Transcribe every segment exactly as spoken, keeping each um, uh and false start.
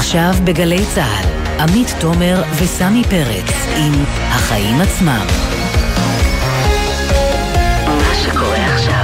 עכשיו בגלי צהל, עמית תומר וסמי פרץ עם החיים עצמם. מה שקורה עכשיו.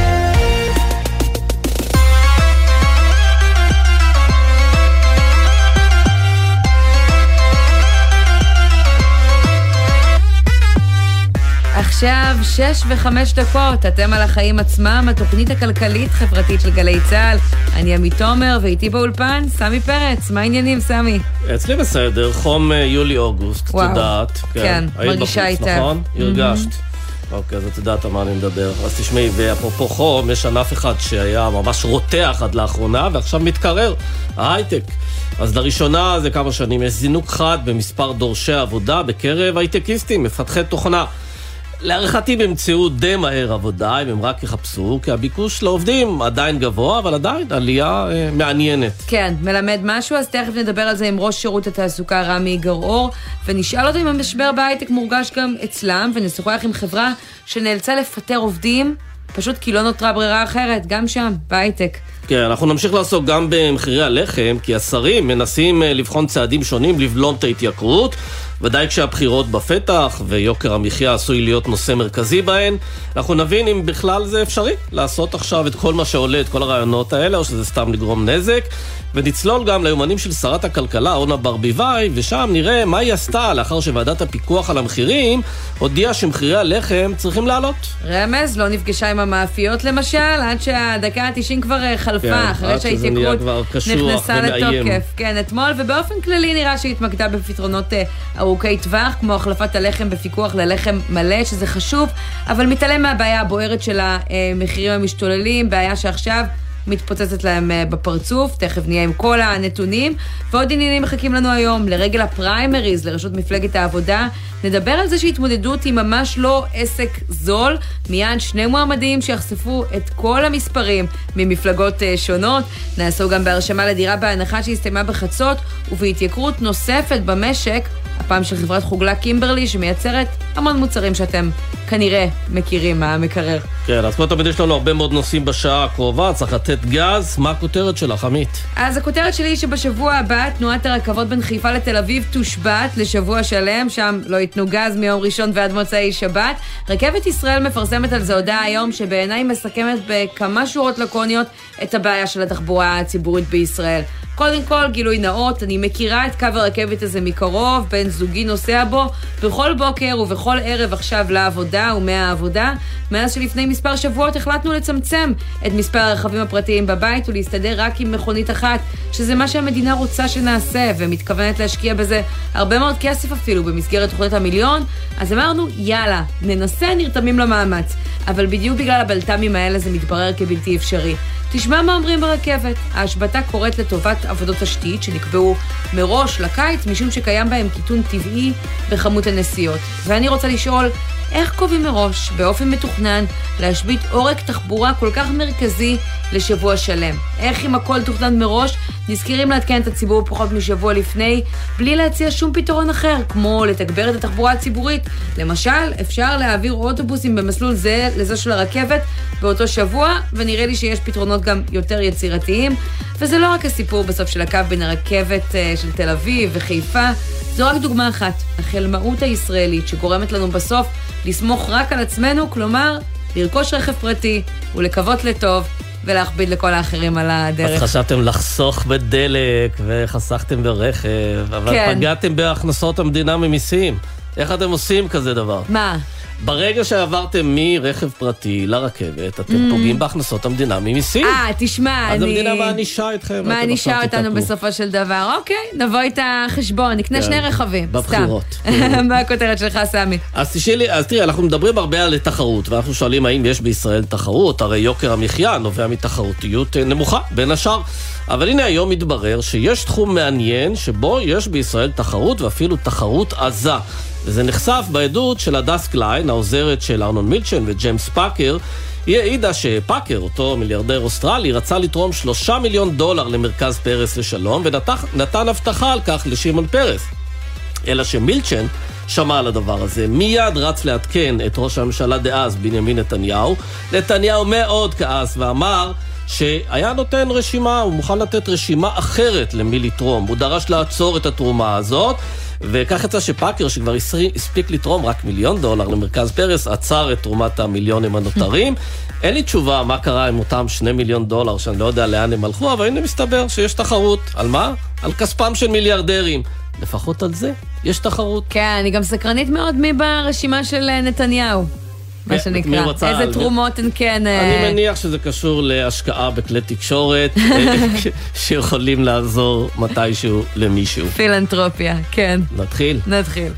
עכשיו שש וחמש דקות, אתם על החיים עצמם, התוכנית הכלכלית-חברתית של גלי צהל. אני עמית תומר, ואיתי באולפן, סמי פרץ. מה העניינים, סמי? אצלי בסדר, חום יולי-אוגוסט, את יודעת. כן, מרגישה איתה. נכון? הרגשת. אוקיי, אז את יודעת על מה אני מדבר. אז תשמעי, ואפרופו חום, יש ענף אחד שהיה ממש רותח עד לאחרונה, ועכשיו מתקרר, ההייטק. אז לראשונה זה כמה שנים, יש זינוק חד במספר דורשי העבודה בקרב הייטקיסטים, מפתחי תוכנה. להערכתי במציאות די מהר עבודה, אם הם רק יחפשו, כי הביקוש לעובדים עדיין גבוה, אבל עדיין עלייה אה, מעניינת. כן, מלמד משהו, אז תכף נדבר על זה עם ראש שירות התעסוקה רמי גרעור, ונשאל אותו אם המשבר בהייטק מורגש גם אצלם, ונשוחח עם חברה שנאלצה לפטר עובדים, פשוט כי לא נותרה ברירה אחרת, גם שם, בהייטק. כן, אנחנו נמשיך לעסוק גם במחירי הלחם, כי השרים מנסים לבחון צעדים שונים לבלום את ההתייקרות, ודאי כשהבחירות בפתח ויוקר המחיה עשוי להיות נושא מרכזי בהן. אנחנו נבין אם בכלל זה אפשרי לעשות עכשיו את כל מה שעולה, את כל הרעיונות האלה, או שזה סתם לגרום נזק. ונצלול גם ליומנים של שרת הכלכלה, אורנה ברביבאי, ושם נראה מה היא עשתה לאחר שוועדת הפיקוח על המחירים הודיעה שמחירי הלחם צריכים לעלות. רמז, לא נפגשה עם המאפיות למשל, עד שהדקה ה-תשעים כבר חלפה, כן, אחרי שההתייקרות נכנסה לתוקף. כן, אתמול, ובאופן כללי נראה שהתמקדה בפתרונות ארוכי טווח, כמו החלפת הלחם בפיקוח ללחם מלא, שזה חשוב, אבל מתעלם מהבעיה הבוערת של המחירים המשתוללים, בעיה שעכשיו מתפוצצת להם בפרצוף. תכף נהיה עם כל הנתונים, ועוד עניינים מחכים לנו היום. לרגל הפריימריז לראשות מפלגת העבודה, נדבר על זה שהתמודדות היא ממש לא עסק זול. מיד שני מועמדים שיחשפו את כל המספרים ממפלגות שונות. נעשו גם בהרשמה לדירה בהנחה שהסתיימה בחצות, ובהתייקרות נוספת במשק, הפעם של חברת חוגלה קימברלי, שמייצרת המון מוצרים שאתם כנראה מכירים מהמקרר. כן, אז כמו תמיד יש לנו הרבה מאוד נושאים בשעה הקרובה, צריך לתת גז. מה הכותרת שלך, עמית? אז הכותרת שלי היא שבשבוע הבא תנועת הרכבות בין חיפה לתל אביב תושבת לשבוע שלם, שם לא ייתנו גז מיום ראשון ועד מוצאי שבת. רכבת ישראל מפרסמת על זה הודעה היום, שבעיניי מסכמת בכמה שורות לקוניות את הבעיה של התחבורה הציבורית בישראל. קודם כל, גילוי נאות, אני מכירה את קו הרכבת הזה מקרוב, בן זוגי נוסע בו בכל בוקר ובכל ערב עכשיו לעבודה ומהעבודה. מאז שלפני מספר שבועות החלטנו לצמצם את מספר הרכבים הפרטיים בבית ולהסתדר רק עם מכונית אחת, שזה מה שהמדינה רוצה שנעשה, ומתכוונת להשקיע בזה הרבה מאוד כסף אפילו במסגרת תוכנית המיליון. אז אמרנו, יאללה, ננסה, נרתמים למאמץ. אבל בדיוק בגלל הבלת"מים האלה זה מתברר כבלתי אפשרי. תשמע מה אומרים ברכבת. ההשבתה קורית לטובת עבודות תשתית שנקבעו מראש לקיץ, משום שקיים בהם קיטון טבעי בחמות הנסיעות. ואני רוצה לשאול, איך קובעים מראש, באופן מתוכנן, להשבית עורק תחבורה כל כך מרכזי לשבוע שלם? איך אם הכל תוכנן מראש, נזכירים לעדכן את הציבור פחות משבוע לפני, בלי להציע שום פתרון אחר, כמו לתגבר את התחבורה הציבורית? למשל, אפשר להעביר אוטובוסים במסלול זה לזה של הרכבת באותו שבוע, ונראה לי שיש פתרונות גם יותר יצירתיים. וזה לא רק הסיפור בסוף של הקו בין הרכבת של תל אביב וחיפה, זו רק דוגמה אחת, החלמאות הישראלית שגורמת לנו בסוף לסמוך רק על עצמנו, כלומר, לרכוש רכב פרטי ולקוות לטוב ולהכביד לכל האחרים על הדרך. אז חשבתם לחסוך בדלק וחסכתם ברכב, אבל כן. פגעתם בהכנסות המדינה ממיסים. איך אתם עושים כזה דבר? מה? ברגע שעברתם מרכב פרטי לרכבת, אתם mm. פוגעים בהכנסות המדינה ממיסים. אה, תשמע, אז אני... אז המדינה מענישה אתכם. מענישה אותנו בסופו של דבר. אוקיי, נבוא את החשבון, נקנה כן. שני רכבים. בבחירות. מה הכותרת שלך, סמי? אז תשאלי, אז תראי, אנחנו מדברים הרבה על תחרות, ואנחנו שואלים האם יש בישראל תחרות, הרי יוקר המחיה נובע מתחרותיות נמוכה, בין השאר. אבל הנה היום מתברר שיש תחום מעניין שבו יש בישראל תחרות, ואפילו תחרות עזה. וזה נחשף בעדות של הדס קליין, העוזרת של ארנון מילצ'ן וג'יימס פאקר. היא העידה שפאקר, אותו מיליארדר אוסטרלי, רצה לתרום שלושה מיליון דולר למרכז פרס לשלום, ונתן הבטחה על כך לשמעון פרס. אלא שמילצ'ן שמע על הדבר הזה, מיד רץ לעדכן את ראש הממשלה דאז בנימין נתניהו. נתניהו מאוד כעס ואמר שהיה נותן רשימה, הוא מוכן לתת רשימה אחרת למי לתרום. הוא דרש לעצור את התרומה הזאת, וכך יצא שפאקר, שכבר הספיק לתרום רק מיליון דולר למרכז פרס, עצר את תרומת המיליונים הנותרים. אין לי תשובה מה קרה עם אותם שני מיליון דולר, שאני לא יודע לאן הם הלכו, אבל הנה מסתבר שיש תחרות. על מה? על כספם של מיליארדרים. לפחות על זה יש תחרות. כן, אני גם סקרנית מאוד מי ברשימה של נתניהו. מה שנקרא. איזה תרומות הן כן... אני מניח שזה קשור להשקעה בכלי תקשורת, שיכולים לעזור מתישהו למישהו. פילנטרופיה, כן. נתחיל? נתחיל.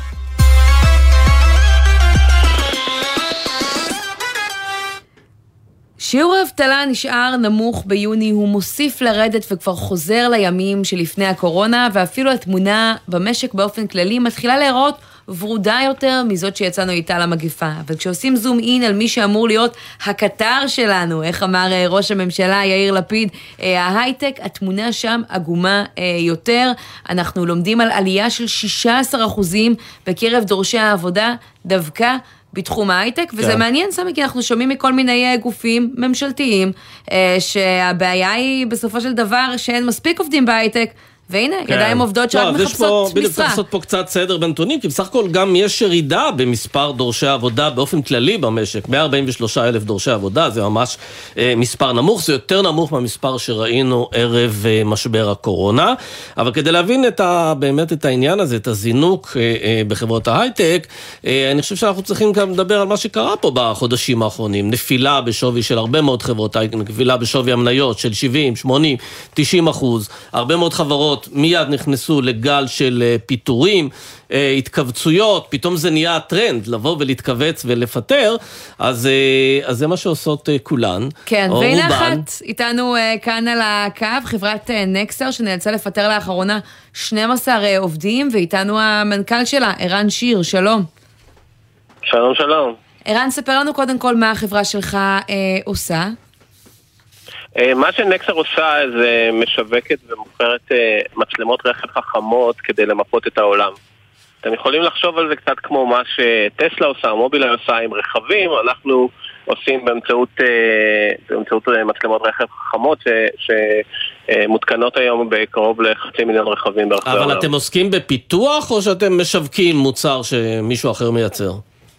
שיעור האבטלה נשאר נמוך ביוני, הוא מוסיף לרדת וכבר חוזר לימים שלפני הקורונה, ואפילו התמונה במשק באופן כללי מתחילה להיראות ורודה יותר מזאת שיצאנו איתה למגפה. אבל כשעושים זום אין על מי שאמור להיות הקטר שלנו, איך אמר ראש הממשלה יאיר לפיד, ההייטק, התמונה שם עגומה יותר. אנחנו לומדים על עלייה של שישה עשר אחוזים בקרב דורשי העבודה, דווקא בתחום ההייטק, וזה מעניין, סמי, כי אנחנו שומעים מכל מיני גופים ממשלתיים, שהבעיה היא בסופו של דבר שאין מספיק עובדים בהייטק, והנה, ידיים עובדות שרק מחפשות משרה. בדיוק צריך לעשות פה קצת סדר בנתונים, כי בסך הכל גם יש ירידה במספר דורשי עבודה באופן כללי במשק, מאה ארבעים ושלושה אלף דורשי עבודה, זה ממש אה, מספר נמוך, זה יותר נמוך מהמספר שראינו ערב אה, משבר הקורונה, אבל כדי להבין את ה, באמת את העניין הזה, את הזינוק אה, אה, בחברות ההייטק, אה, אני חושב שאנחנו צריכים גם לדבר על מה שקרה פה בחודשים האחרונים, נפילה בשווי של הרבה מאוד חברות הייטק, נפילה בשווי המניות של שבעים, שמונים, תשעים אחוז, הרבה מאוד חברות מיד נכנסו לגל של פיטורים, התכווצויות, פתאום זה נהיה הטרנד, לבוא ולהתכווץ ולפטר, אז, אז זה מה שעושות כולן. כן, והנה אחת, איתנו כאן על הקו, חברת נקסר, שנאלצה לפטר לאחרונה שנים עשר עובדים, ואיתנו המנכ"ל שלה, ערן שיר, שלום. שלום, שלום. ערן, ספר לנו קודם כל מה החברה שלך אה, עושה. מה שנקסר עושה זה משווקת ומוכרת מצלמות רכב חכמות כדי למפות את העולם. אתם יכולים לחשוב על זה קצת כמו מה שטסלה עושה, מובילאיי עושה עם רכבים, אנחנו עושים באמצעות, באמצעות מצלמות רכב חכמות שמותקנות היום בקרוב לחצי מיליון רכבים ברחבי העולם. אבל אתם עוסקים בפיתוח או שאתם משווקים מוצר שמישהו אחר מייצר?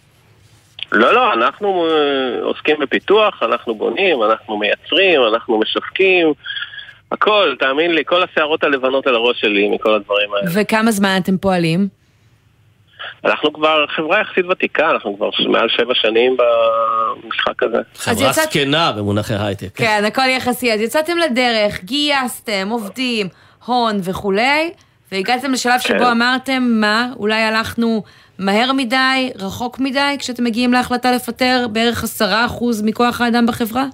לא, לא, אנחנו עוסקים בפיתוח, אנחנו בונים, אנחנו מייצרים, אנחנו משווקים, הכל, תאמין לי, כל השערות הלבנות על הראש שלי מכל הדברים האלה. וכמה זמן אתם פועלים? אנחנו כבר חברה יחסית ותיקה, אנחנו כבר מעל שבע שנים במשחק הזה. חברה סקנה במונחי הייטק. כן, הכל יחסי, אז יצאתם לדרך, גייסתם, עובדים, הון וכולי, והגעתם לשלב שבו אמרתם, מה, אולי הלכנו מהר מדי, רחוק מדי, כשאתם מגיעים להחלטה לפטר בערך עשרה אחוז מכוח האדם בחברה?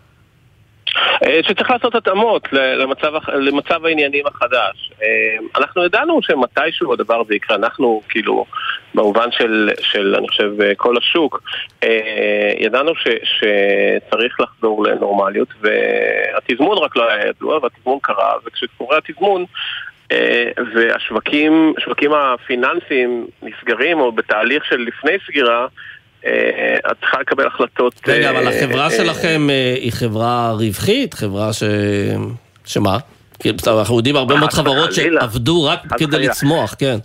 שצריך לעשות התאמות למצב, למצב העניינים החדש. אנחנו ידענו שמתישהו הדבר הזה יקרה, אנחנו כאילו, במובן של, של אני חושב, כל השוק, ידענו ש, שצריך לחזור לנורמליות, והתזמון רק לא היה ידוע, והתזמון קרה, וכשקורה התזמון, והשווקים, השווקים הפיננסיים נסגרים, או בתהליך של לפני סגירה, את צריכה לקבל החלטות. רגע, אבל החברה שלכם היא חברה רווחית? חברה ש... שמה? אנחנו יודעים הרבה מאוד חברות שעבדו רק כדי לצמוח, כן.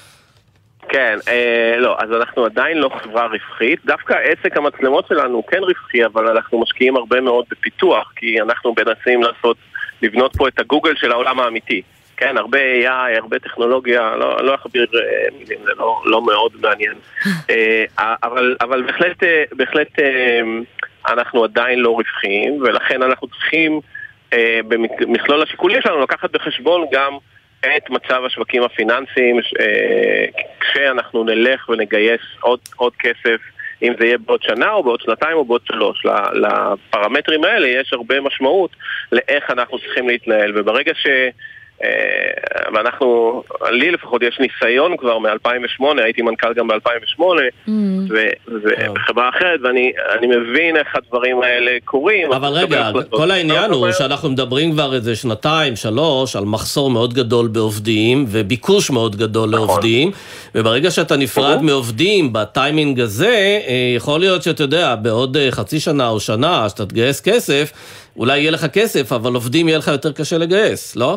כן, לא, אז אנחנו עדיין לא חברה רווחית. דווקא עסק המצלמות שלנו כן רווחי, אבל אנחנו משקיעים הרבה מאוד בפיתוח, כי אנחנו מנסים לעשות, לבנות פה את הגוגל של העולם האמיתי. כן, הרבה איי איי, הרבה טכנולוגיה, לא, לא אכביר מילים, זה לא, לא מאוד מעניין. אבל, אבל בהחלט, בהחלט אנחנו עדיין לא רווחיים, ולכן אנחנו צריכים במכלול השיקולים שלנו לקחת בחשבון גם את מצב השווקים הפיננסיים, כשאנחנו נלך ונגייס עוד, עוד כסף, אם זה יהיה בעוד שנה או בעוד שנתיים או בעוד שלוש. לפרמטרים האלה יש הרבה משמעות לאיך אנחנו צריכים להתנהל, וברגע ש... ואנחנו, לי לפחות יש ניסיון כבר מ-אלפיים ושמונה, הייתי מנכ"ל גם ב-אלפיים ושמונה, ובחברה אחרת, ואני מבין איך הדברים האלה קורים. אבל רגע, כל העניין הוא שאנחנו מדברים כבר איזה שנתיים, שלוש, על מחסור מאוד גדול בעובדים, וביקוש מאוד גדול לעובדים, וברגע שאתה נפרד מעובדים בטיימינג הזה, יכול להיות שאתה יודע, בעוד חצי שנה או שנה, שאתה תגייס כסף, אולי יהיה לך כסף, אבל עובדים יהיה לך יותר קשה לגייס, לא?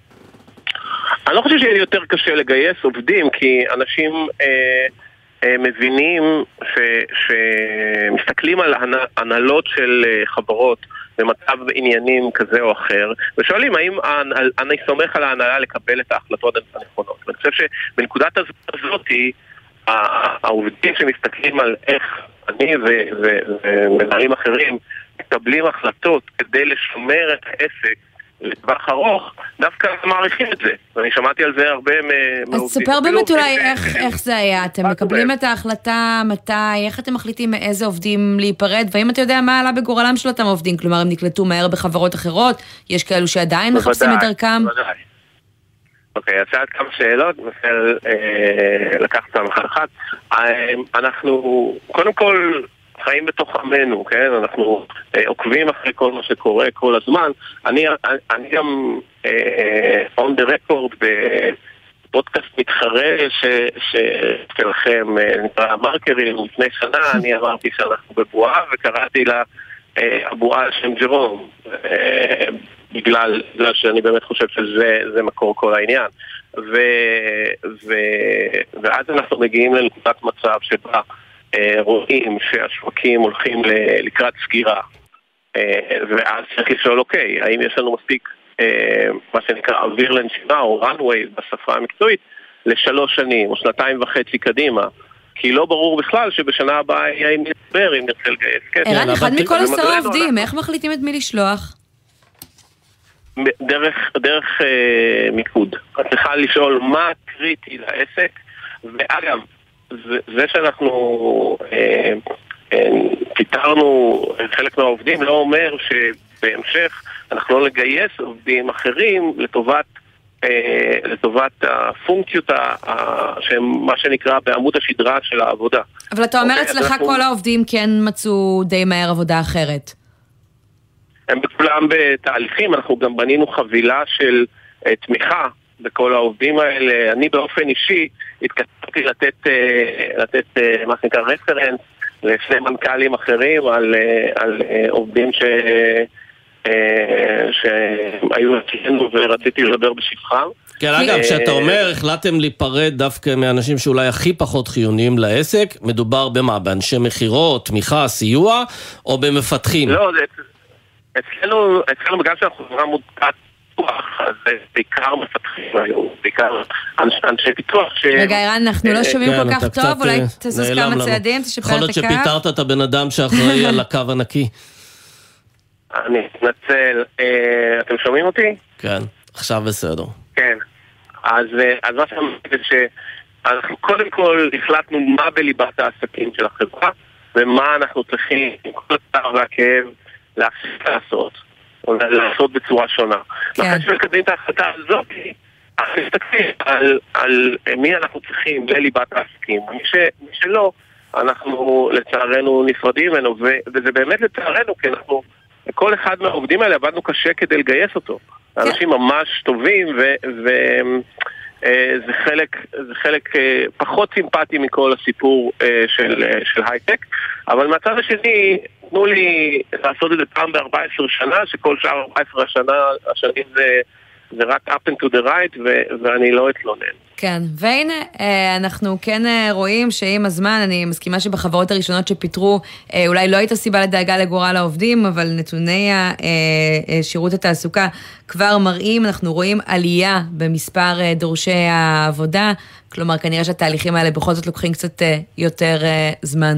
אני לא חושב שיהיה יותר קשה לגייס עובדים, כי אנשים אה, אה, מבינים ש, שמסתכלים על הנהלות של אה, חברות במצב עניינים כזה או אחר, ושואלים האם אני סומך על ההנהלה לקבל את ההחלטות הנכונות. אני חושב שבנקודת הזאת העובדים שמסתכלים על איך אני ומנהלים אחרים מקבלים החלטות כדי לשמר את העסק לטווח ארוך, דווקא מעריכים את זה. ואני שמעתי על זה הרבה מעובדים. אז ספר באמת אולי איך זה היה. אתם מקבלים את ההחלטה, מתי, איך אתם מחליטים מאיזה עובדים להיפרד, והאם אתה יודע מה עלה בגורלם של אותם עובדים? כלומר, הם נקלטו מהר בחברות אחרות, יש כאלו שעדיין מחפשים את דרכם? בוודאי. אוקיי, יצאת כמה שאלות, נסל לקחת אותם אחת אחת. אנחנו, קודם כל, חיים בתוך עמנו, כן? אנחנו אה, עוקבים אחרי כל מה שקורה כל הזמן. אני, אני גם אה, on the record בפודקאסט מתחרה ש, ש, שלכם, אה, נקרא מרקרים, לפני שנה אני אמרתי שאנחנו בבועה וקראתי לה אה, הבועה על שם ג'רום, אה, בגלל, בגלל שאני באמת חושב שזה זה מקור כל העניין. ו, ו, ואז אנחנו מגיעים לנקודת מצב שבה רואים שהשווקים הולכים לקראת סגירה, ואז צריך לשאול, אוקיי, האם יש לנו מספיק מה שנקרא אוויר לנשימה או runway בשפה המקצועית לשלוש שנים או שנתיים וחצי קדימה, כי לא ברור בכלל שבשנה הבאה יהיה אם נדבר, אם נרצה לגייס כסף. ערן, אחד מכל עשרה עובדים, איך מחליטים את מי לשלוח? דרך, דרך מיקוד. את צריכה לשאול מה קריטי לעסק, ואגב, זה שאנחנו אה, אה, פיתרנו חלק מהעובדים לא אומר שבהמשך אנחנו לא לגייס עובדים אחרים לטובת, אה, לטובת הפונקציות מה שנקרא בעמוד השדרה של העבודה. אבל אתה אומר אצלך אנחנו... כל העובדים כן מצאו די מהר עבודה אחרת. הם בכולם בתהליכים, אנחנו גם בנינו חבילה של אה, תמיכה בכל העובדים האלה. אני באופן אישי התכתבתי לתת, לתת מה שנקרא רפרנס לשני מנכ"לים אחרים על, על עובדים ש, שהיו אצלנו ורציתי לדבר בשבחם. כן, אגב, כשאתה אומר, החלטתם להיפרד דווקא מאנשים שאולי הכי פחות חיוניים לעסק, מדובר במה? באנשי מחירות, תמיכה, סיוע, או במפתחים? לא, אצלנו, אצלנו בגלל שאנחנו חברה מודעת, אז זה בעיקר מפתחים היום, בעיקר אנשי פיתוח ש... רגע, ערן, אנחנו לא שומעים כל כך טוב, אולי תזוז כמה צעדים, תשפר את הקו. יכול להיות שפיתרת את הבן אדם שאחראי על הקו הנקי. אני מתנצל. אתם שומעים אותי? כן, עכשיו בסדר. כן, אז מה שאמרתי זה שאנחנו קודם כל החלטנו מה בליבת העסקים של החברה, ומה אנחנו צריכים, עם כל הצער והכאב, להפסיק לעשות. או לעשות בצורה שונה. לכן שמקדמים את ההחלטה הזאת, אנחנו מסתכלים על, על מי אנחנו צריכים לליבת העסקים. מי, ש, מי שלא, אנחנו לצערנו נפרדים ממנו, ו, וזה באמת לצערנו, כי אנחנו, כל אחד מהעובדים האלה עבדנו קשה כדי לגייס אותו. אנשים ממש טובים, וזה חלק, זה חלק פחות סימפטי מכל הסיפור של, של הייטק, אבל מהצד השני, תנו לי לעשות את זה פעם ב-ארבע עשרה שנה, שכל שאר ארבע עשרה השנה, השנים זה, זה רק up and to the right, ו- ואני לא אתלונן. כן, והנה, אנחנו כן רואים שעם הזמן, אני מסכימה שבחברות הראשונות שפיתרו, אולי לא הייתה סיבה לדאגה לגורל העובדים, אבל נתוני שירות התעסוקה כבר מראים, אנחנו רואים עלייה במספר דורשי העבודה, כלומר, כנראה שהתהליכים האלה בכל זאת לוקחים קצת יותר זמן.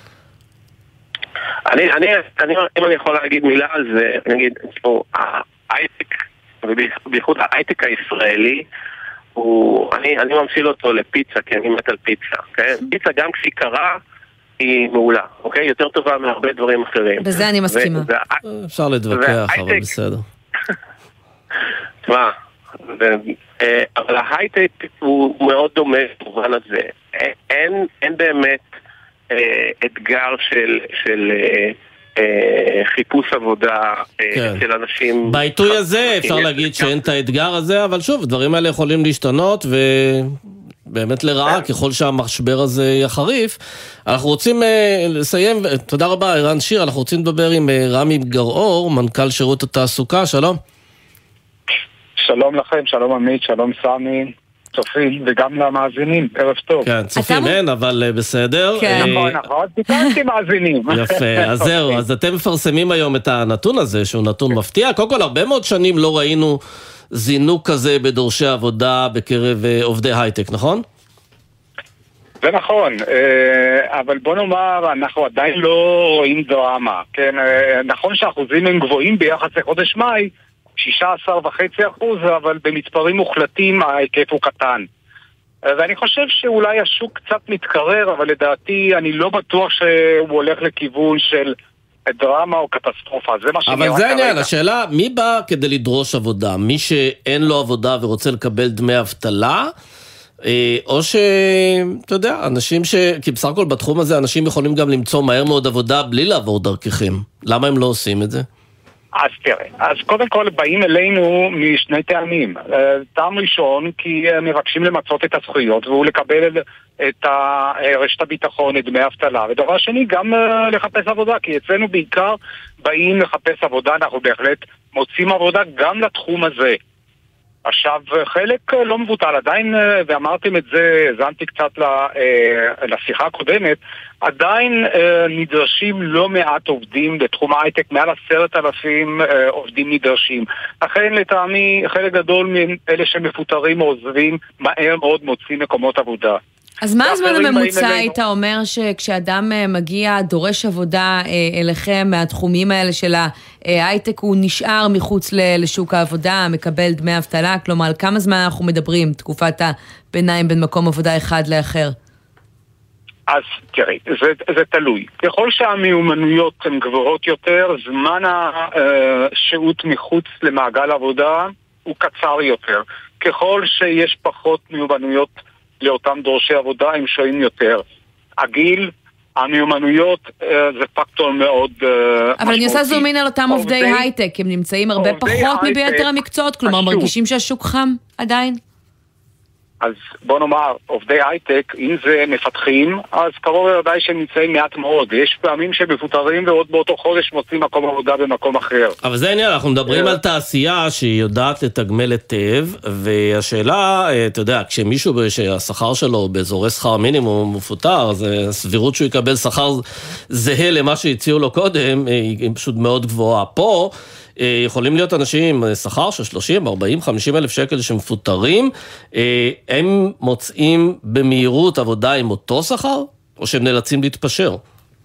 אני, אני, אני, אם אני יכול להגיד מילה על זה, אני אגיד, פה, ההייטק, ובייחוד ההייטק הישראלי, הוא, אני, אני ממשיל אותו לפיצה, כי אני מת על פיצה, כן? פיצה גם כשהיא קרה, היא מעולה, אוקיי? יותר טובה מהרבה דברים אחרים. בזה אני מסכימה. אפשר להתווכח, אבל בסדר. תשמע, אבל ההייטק הוא מאוד דומה במובן הזה. אין, אין באמת אתגר של, של חיפוש עבודה של אנשים. בעיתוי הזה אפשר להגיד שאין את האתגר הזה, אבל שוב, דברים האלה יכולים להשתנות ובאמת לרעה ככל שהמשבר הזה יחריף. אנחנו רוצים לסיים, תודה רבה ערן שיר, אנחנו רוצים לדבר עם רמי גרעור, מנכ"ל שירות התעסוקה, שלום. שלום לכם, שלום עמית, שלום סמי, צופים וגם למאזינים, ערב טוב. כן, צופים אין, אבל בסדר. נכון, נכון, תיקנתי מאזינים. יפה, אז זהו, אז אתם מפרסמים היום את הנתון הזה, שהוא נתון מפתיע. קודם כל, הרבה מאוד שנים לא ראינו זינוק כזה בדורשי עבודה בקרב עובדי הייטק, נכון? זה נכון, אבל בוא נאמר, אנחנו עדיין לא רואים דרמה. נכון שהאחוזים הם גבוהים ביחס לחודש מאי, שישה עשר וחצי אחוז, אבל במספרים מוחלטים ההיקף הוא קטן. ואני חושב שאולי השוק קצת מתקרר, אבל לדעתי אני לא בטוח שהוא הולך לכיוון של דרמה או קטסטרופה. זה מה שאני אבל זה העניין, השאלה, מי בא כדי לדרוש עבודה? מי שאין לו עבודה ורוצה לקבל דמי אבטלה? או ש... אתה יודע, אנשים ש... כי בסך הכל בתחום הזה אנשים יכולים גם למצוא מהר מאוד עבודה בלי לעבור דרככם. למה הם לא עושים את זה? אז תראה, אז קודם כל באים אלינו משני טעמים. טעם ראשון, כי מבקשים למצות את הזכויות, והוא לקבל את רשת הביטחון, את דמי אבטלה. ודבר שני, גם לחפש עבודה, כי אצלנו בעיקר באים לחפש עבודה, אנחנו בהחלט מוצאים עבודה גם לתחום הזה. עכשיו, חלק לא מבוטל, עדיין, ואמרתם את זה, זנתי קצת לשיחה הקודמת, עדיין נדרשים לא מעט עובדים בתחום ההייטק, מעל עשרת אלפים עובדים נדרשים. לכן לטעמי, חלק גדול מאלה שמפוטרים או עוזבים, מהר מאוד מוצאים מקומות עבודה. אז מה הזמן הממוצע היית אומר שכשאדם מגיע, דורש עבודה אליכם מהתחומים האלה של ההייטק, הוא נשאר מחוץ לשוק העבודה, מקבל דמי אבטלה? כלומר, על כמה זמן אנחנו מדברים, תקופת הביניים בין מקום עבודה אחד לאחר? אז תראי, זה, זה תלוי. ככל שהמיומנויות הן גבוהות יותר, זמן השהות מחוץ למעגל עבודה הוא קצר יותר. ככל שיש פחות מיומנויות לאותם דורשי עבודה, הם שוהים יותר. הגיל, המיומנויות, זה פקטור מאוד משמעותי. אבל אני עושה זומין על אותם עובדי הייטק, הם נמצאים הרבה פחות מביתר המקצועות, כלומר מרגישים שהשוק חם עדיין? אז בוא נאמר, עובדי הייטק, אם זה מפתחים, אז קרוב לוודאי שהם נמצאים מעט מאוד. יש פעמים שמפוטרים ועוד באותו חודש מוצאים מקום עבודה במקום אחר. אבל זה העניין, אנחנו מדברים על תעשייה שהיא יודעת לתגמל היטב, והשאלה, אתה יודע, כשמישהו שהשכר שלו באזורי שכר מינימום מפוטר, אז הסבירות שהוא יקבל שכר זהה למה שהציעו לו קודם, היא פשוט מאוד גבוהה. פה יכולים להיות אנשים עם שכר של שלושים, ארבעים, חמישים אלף שקל שמפוטרים, הם מוצאים במהירות עבודה עם אותו שכר, או שהם נאלצים להתפשר?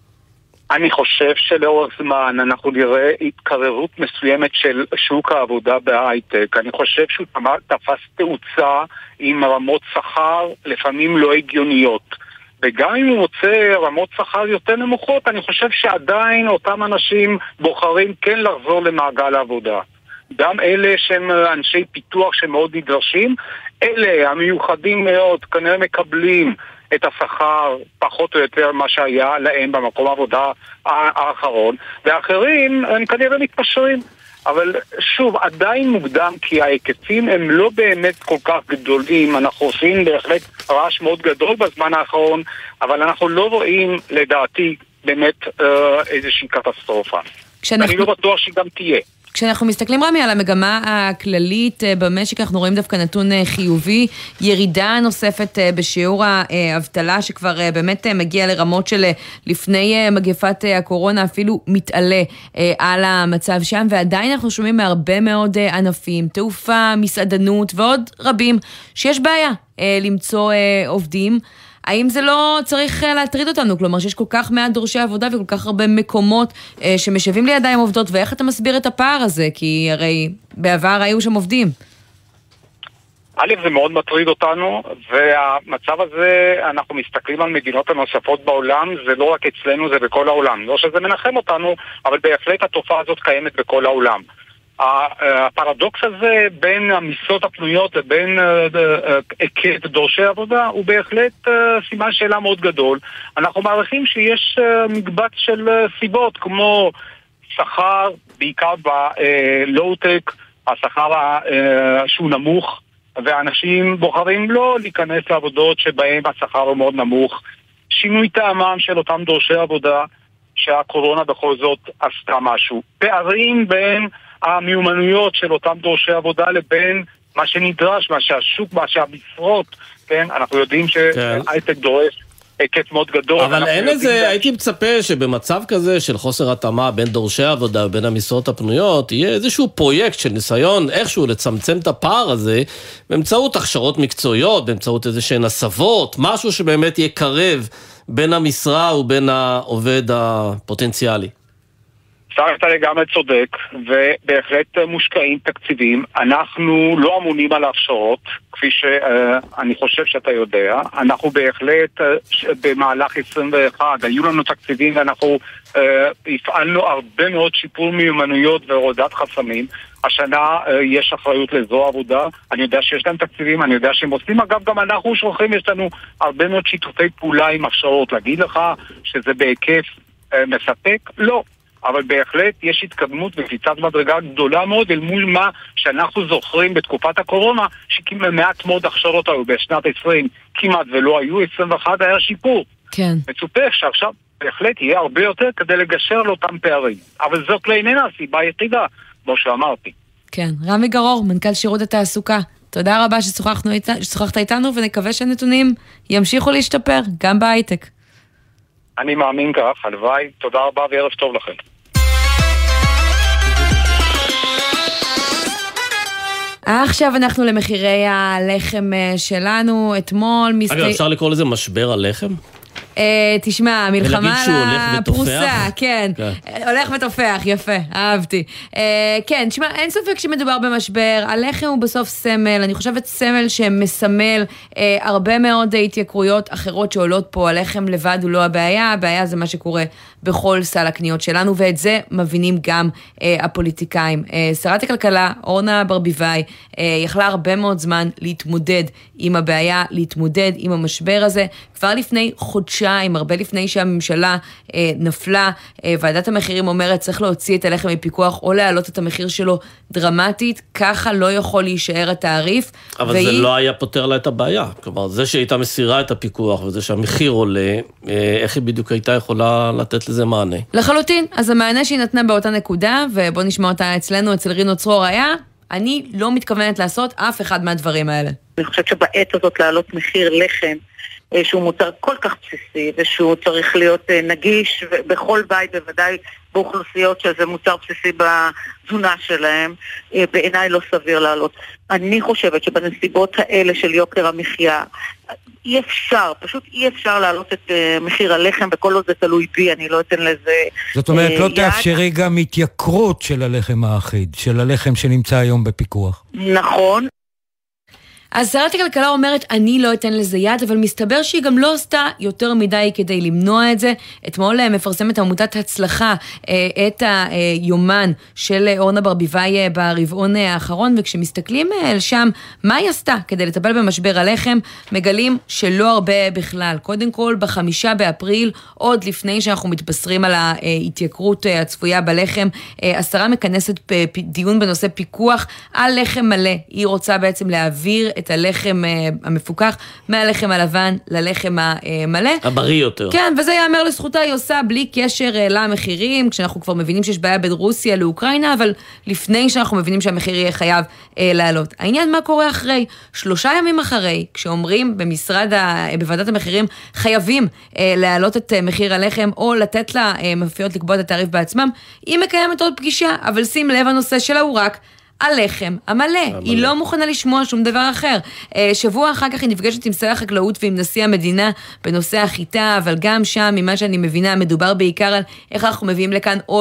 אני חושב שלאורך זמן אנחנו נראה התקררות מסוימת של שוק העבודה בהייטק. אני חושב שהוא תפס תאוצה עם רמות שכר לפעמים לא הגיוניות. וגם אם הוא מוצא רמות שכר יותר נמוכות, אני חושב שעדיין אותם אנשים בוחרים כן לחזור למעגל העבודה. גם אלה שהם אנשי פיתוח שמאוד נדרשים, אלה המיוחדים מאוד כנראה מקבלים את השכר פחות או יותר מה שהיה להם במקום העבודה האחרון, ואחרים הם כנראה מתפשרים. אבל שוב, עדיין מוקדם, כי ההיקפים הם לא באמת כל כך גדולים. אנחנו עושים בהחלט רעש מאוד גדול בזמן האחרון, אבל אנחנו לא רואים, לדעתי, באמת אה, איזושהי קטסטרופה. כשאנחנו... אני לא בטוח שהיא גם תהיה. כשאנחנו מסתכלים רמי על המגמה הכללית במשק, אנחנו רואים דווקא נתון חיובי, ירידה נוספת בשיעור האבטלה, שכבר באמת מגיע לרמות של לפני מגפת הקורונה, אפילו מתעלה על המצב שם, ועדיין אנחנו שומעים מהרבה מאוד ענפים, תעופה, מסעדנות ועוד רבים, שיש בעיה למצוא עובדים. האם זה לא צריך להטריד אותנו? כלומר, שיש כל כך מעט דורשי עבודה וכל כך הרבה מקומות אה, שמשווים לידיים עובדות, ואיך אתה מסביר את הפער הזה? כי הרי בעבר היו שם עובדים. א', זה מאוד מטריד אותנו, והמצב הזה, אנחנו מסתכלים על מדינות הנוספות בעולם, זה לא רק אצלנו, זה בכל העולם. לא שזה מנחם אותנו, אבל בהחלט התופעה הזאת קיימת בכל העולם. הפרדוקס הזה בין המשרות הפנויות לבין היקף דורשי עבודה הוא בהחלט סימן שאלה מאוד גדול. אנחנו מעריכים שיש מקבץ של סיבות כמו שכר, בעיקר בלואו-טק, השכר שהוא נמוך, ואנשים בוחרים לא להיכנס לעבודות שבהם השכר הוא מאוד נמוך. שינוי טעמם של אותם דורשי עבודה שהקורונה בכל זאת עשתה משהו. פערים בין המיומנויות של אותם דורשי עבודה לבין מה שנדרש, מה שהשוק, מה שהמשרות, כן? אנחנו יודעים שהייטק דורש היקף מאוד גדול. אבל אין איזה, הייתי מצפה שבמצב כזה של חוסר התאמה בין דורשי העבודה ובין המשרות הפנויות, יהיה איזשהו פרויקט של ניסיון איכשהו לצמצם את הפער הזה, באמצעות הכשרות מקצועיות, באמצעות איזשהן הסבות, משהו שבאמת יקרב בין המשרה ובין העובד הפוטנציאלי. אתה לגמרי צודק, ובהחלט מושקעים תקציבים. אנחנו לא אמונים על ההכשרות, כפי שאני חושב שאתה יודע. אנחנו בהחלט במהלך עשרים ואחת, היו לנו תקציבים ואנחנו הפעלנו הרבה מאוד שיפור מיומנויות והורדת חסמים. השנה יש אחריות לזו עבודה, אני יודע שיש להם תקציבים, אני יודע שהם עושים. אגב, גם אנחנו שולחים, יש לנו הרבה מאוד שיתופי פעולה עם הכשרות. להגיד לך שזה בהיקף מספק? לא. אבל בהחלט יש התקדמות וקפיצת מדרגה גדולה מאוד אל מול מה שאנחנו זוכרים בתקופת הקורונה, שכמעט מאוד הכשרות היו בשנת עשרים כמעט ולא היו, עשרים ואחת היה שיפור. כן. מצופה שעכשיו בהחלט יהיה הרבה יותר כדי לגשר לאותם פערים. אבל זאת לא איננה הסיבה היחידה, כמו שאמרתי. כן, רמי גרור, מנכ"ל שירות התעסוקה. תודה רבה ששוחחנו איתה, ששוחחת איתנו, ונקווה שהנתונים ימשיכו להשתפר, גם בהייטק. אני מאמין כך, הלוואי. תודה רבה וערב טוב לכם. עכשיו אנחנו למחירי הלחם שלנו. אתמול מסת... אגב, אפשר לקרוא לזה משבר הלחם? תשמע, מלחמה על הפרוסה, כן, הולך ותופח, יפה, אהבתי. כן, תשמע, אין ספק שמדובר במשבר, הלחם הוא בסוף סמל, אני חושבת סמל שמסמל הרבה מאוד התייקרויות אחרות שעולות פה, הלחם לבד הוא לא הבעיה, הבעיה זה מה שקורה בכל סל הקניות שלנו, ואת זה מבינים גם הפוליטיקאים. שרת הכלכלה, אורנה ברביבאי, יכלה הרבה מאוד זמן להתמודד עם הבעיה, להתמודד עם המשבר הזה, כבר לפני חודשיים, הרבה לפני שהממשלה אה, נפלה, אה, ועדת המחירים אומרת, צריך להוציא את הלחם מפיקוח, או להעלות את המחיר שלו דרמטית, ככה לא יכול להישאר התעריף. אבל והיא... זה לא היה פותר לה את הבעיה, כלומר, זה שהייתה מסירה את הפיקוח, וזה שהמחיר עולה, אה, איך היא בדיוק הייתה יכולה לתת לזה מענה? לחלוטין, אז המענה שהיא נתנה באותה נקודה, ובוא נשמע אותה אצלנו, אצל רינו צרור היה, אני לא מתכוונת לעשות אף אחד מהדברים האלה. אני חושבת שבעת הזאת להעלות מחיר לחם, שהוא מוצר כל כך בסיסי, ושהוא צריך להיות נגיש בכל בית, בוודאי באוכלוסיות שזה מוצר בסיסי בתזונה שלהם, בעיניי לא סביר לעלות. אני חושבת שבנסיבות האלה של יוקר המחיה, אי אפשר, פשוט אי אפשר להעלות את מחיר הלחם, וכל עוד זה תלוי בי, אני לא אתן לזה... זאת אומרת, לא תאפשרי גם התייקרות של הלחם האחיד, של הלחם שנמצא היום בפיקוח. נכון. אז שרת הכלכלה אומרת, אני לא אתן לזה יד, אבל מסתבר שהיא גם לא עשתה יותר מדי כדי למנוע את זה. אתמול מפרסמת עמותת הצלחה את היומן של אורנה ברביבאי ברבעון האחרון, וכשמסתכלים על שם, מה היא עשתה כדי לטפל במשבר הלחם, מגלים שלא הרבה בכלל. קודם כל, בחמישה באפריל, עוד לפני שאנחנו מתבשרים על ההתייקרות הצפויה בלחם, השרה מכנסת דיון בנושא פיקוח על לחם מלא. היא רוצה בעצם להעביר את הלחם המפוקח מהלחם הלבן ללחם המלא. הבריא יותר. כן, וזה יאמר לזכותה, היא עושה בלי קשר למחירים, כשאנחנו כבר מבינים שיש בעיה בין רוסיה לאוקראינה, אבל לפני שאנחנו מבינים שהמחיר יהיה חייב אה, לעלות. העניין מה קורה אחרי? שלושה ימים אחרי, כשאומרים במשרד, ה... בוועדת המחירים, חייבים אה, להעלות את אה, מחיר הלחם, או לתת לה אה, מפיות לקבוע את התעריף בעצמם, היא מקיימת עוד פגישה, אבל שים לב, הנושא שלה הוא רק הלחם המלא, היא לא מוכנה לשמוע שום דבר אחר. שבוע אחר כך היא נפגשת עם שר החקלאות ועם נשיא המדינה בנושא החיטה, אבל גם שם, ממה שאני מבינה, מדובר בעיקר על איך אנחנו מביאים לכאן עוד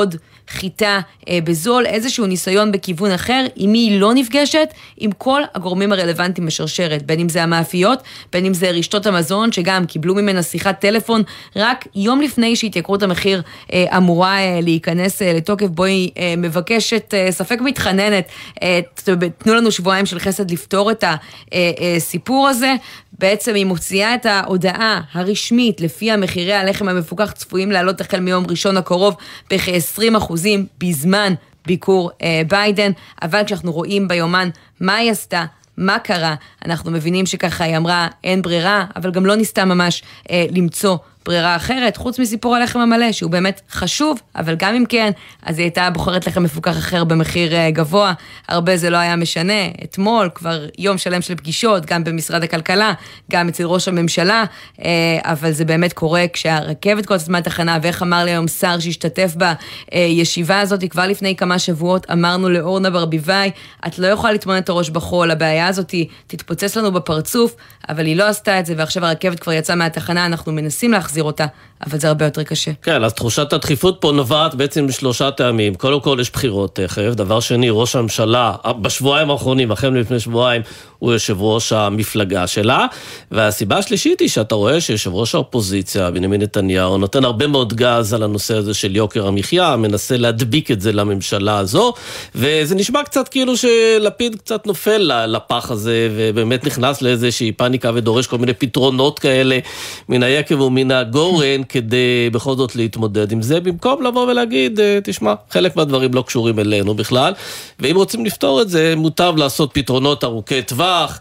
חיטה בזול, איזשהו ניסיון בכיוון אחר, עם מי היא לא נפגשת, עם כל הגורמים הרלוונטיים בשרשרת, בין אם זה המאפיות, בין אם זה רשתות המזון, שגם קיבלו ממנה שיחת טלפון, רק יום לפני שהתייקרות המחיר אמורה להיכנס לתוקף, בו היא מבקשת, ספק מתחננת, תנו לנו שבועיים של חסד לפתור את הסיפור הזה. בעצם היא מוציאה את ההודעה הרשמית, לפי המחירי הלחם המפוקח צפויים לעלות החל מיום ראשון הקרוב בכ-עשרים אחוזים בזמן ביקור ביידן, אבל כשאנחנו רואים ביומן מה היא עשתה, מה קרה, אנחנו מבינים שככה היא אמרה אין ברירה, אבל גם לא ניסתה ממש אה, למצוא ברירה אחרת, חוץ מסיפור הלחם המלא, שהוא באמת חשוב, אבל גם אם כן, אז היא הייתה בוחרת לחם מפוקח אחר במחיר אה, גבוה, הרבה זה לא היה משנה, אתמול כבר יום שלם של פגישות, גם במשרד הכלכלה, גם אצל ראש הממשלה, אה, אבל זה באמת קורה כשהרכבת כל הזמן תחנה, ואיך אמר לי היום שר שהשתתף בישיבה הזאת, כבר לפני כמה שבועות אמרנו לאורנה ברביבאי, את לא יכולה לטמון את הראש בחול, הבעיה הזאת תתפוצץ לנו בפרצוף, אבל היא לא עשתה את זה, ועכשיו הרכבת כבר יצאה מהתחנה, אנחנו מנסים להחזיר אותה, אבל זה הרבה יותר קשה. כן, אז תחושת הדחיפות פה נובעת בעצם בשלושה טעמים. קודם כל יש בחירות תכף, דבר שני, ראש הממשלה, בשבועיים האחרונים, אחרי לפני שבועיים, הוא יושב ראש המפלגה שלה, והסיבה השלישית היא שאתה רואה שיושב ראש האופוזיציה, בנימין נתניהו, נותן הרבה מאוד גז על הנושא הזה של יוקר המחיה, מנסה להדביק את זה לממשלה הזו, וזה נשמע קצת כאילו שלפיד קצת נופל לפח הזה, ובאמת נכנס לאיזושהי פאניקה ודורש כל מיני פתרונות כאלה, מן היקב ומן הגורן, כדי בכל זאת להתמודד עם זה, במקום לבוא ולהגיד, תשמע, חלק מהדברים לא קשורים אלינו בכלל, ואם רוצים לפתור את זה, מוטב לעשות פתרונות ארוכי טווח,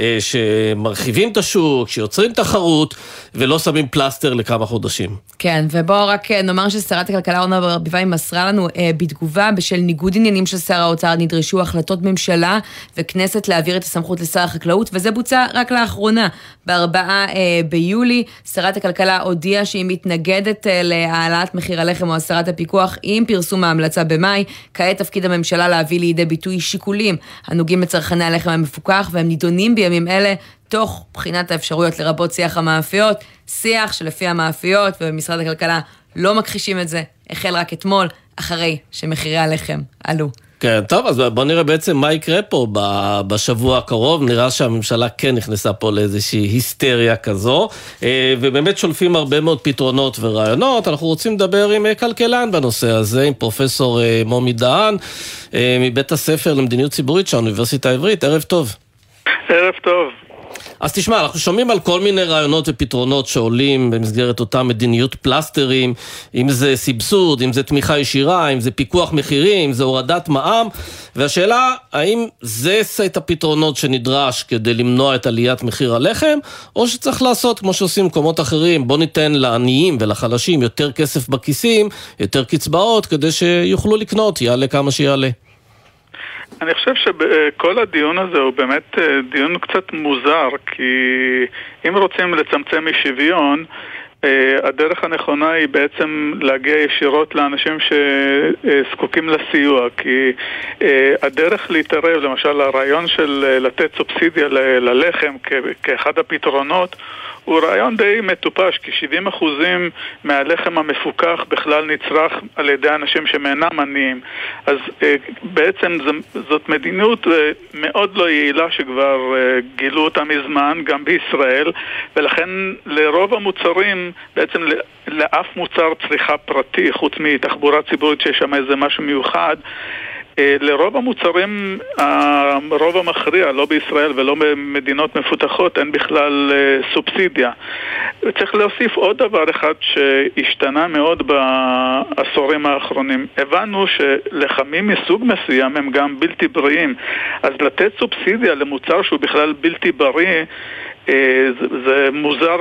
שמרחיבים את השוק, שיוצרים תחרות, ולא שמים פלסטר לכמה חודשים. כן, ובואו רק נאמר ששרת הכלכלה אורנה ברביבאי מסרה לנו אה, בתגובה, בשל ניגוד עניינים של שר האוצר, נדרשו החלטות ממשלה וכנסת להעביר את הסמכות לשר החקלאות, וזה בוצע רק לאחרונה, בארבעה אה, ביולי, שרת הכלכלה הודיעה שהיא מתנגדת אה, להעלאת מחיר הלחם או הסרת הפיקוח עם פרסום ההמלצה במאי, כעת תפקיד הממשלה להביא לידי ביטוי שיקולים הנוגעים לצרכני הלחם המפוקח, והם נידונים בימים אלה, תוך בחינת האפשרויות לרבות שיח המאפיות, שיח שלפי המאפיות ובמשרד הכלכלה לא מכחישים את זה, החל רק אתמול, אחרי שמחירי הלחם עלו. כן, טוב, אז בוא נראה בעצם מה יקרה פה בשבוע הקרוב, נראה שהממשלה כן נכנסה פה לאיזושהי היסטריה כזו, ובאמת שולפים הרבה מאוד פתרונות ורעיונות, אנחנו רוצים לדבר עם כלכלן בנושא הזה, עם פרופסור מומי דהן, מבית הספר למדיניות ציבורית של האוניברסיטה העברית, ערב טוב. ערב טוב. אז תשמע, אנחנו שומעים על כל מיני רעיונות ופתרונות שעולים במסגרת אותה מדיניות פלסטרים, אם זה סבסוד, אם זה תמיכה ישירה, אם זה פיקוח מחירים, אם זה הורדת מע"מ, והשאלה, האם זה סט הפתרונות שנדרש כדי למנוע את עליית מחיר הלחם, או שצריך לעשות כמו שעושים במקומות אחרים, בוא ניתן לעניים ולחלשים יותר כסף בכיסים, יותר קצבאות, כדי שיוכלו לקנות, יעלה כמה שיעלה. אני חושב שכל הדיון הזה הוא באמת דיון קצת מוזר, כי אם רוצים לצמצם משוויון, הדרך הנכונה היא בעצם להגיע ישירות לאנשים שזקוקים לסיוע, כי הדרך להתערב, למשל הרעיון של לתת סובסידיה ללחם כאחד הפתרונות, הוא רעיון די מטופש, כי שבעים אחוזים מהלחם המפוקח בכלל נצרך על ידי אנשים שמאינם עניים. אז בעצם זאת מדיניות מאוד לא יעילה שכבר גילו אותה מזמן, גם בישראל, ולכן לרוב המוצרים, בעצם לאף מוצר צריכה פרטי, חוץ מתחבורה ציבורית שיש שם איזה משהו מיוחד, לרוב המוצרים, הרוב המכריע, לא בישראל ולא במדינות מפותחות, אין בכלל סובסידיה. צריך להוסיף עוד דבר אחד שהשתנה מאוד בעשורים האחרונים. הבנו שלחמים מסוג מסוים הם גם בלתי בריאים. אז לתת סובסידיה למוצר שהוא בכלל בלתי בריא, זה, זה מוזר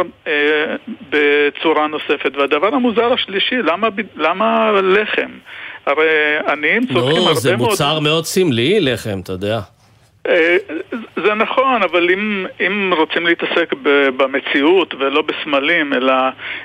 בצורה נוספת. והדבר המוזר השלישי, למה, למה לחם? הרי עניים צורכים הרבה מאוד... לא, זה מוצר מאוד סמלי לחם, אתה יודע. זה נכון, אבל אם, אם רוצים להתעסק במציאות ולא בסמלים, אלא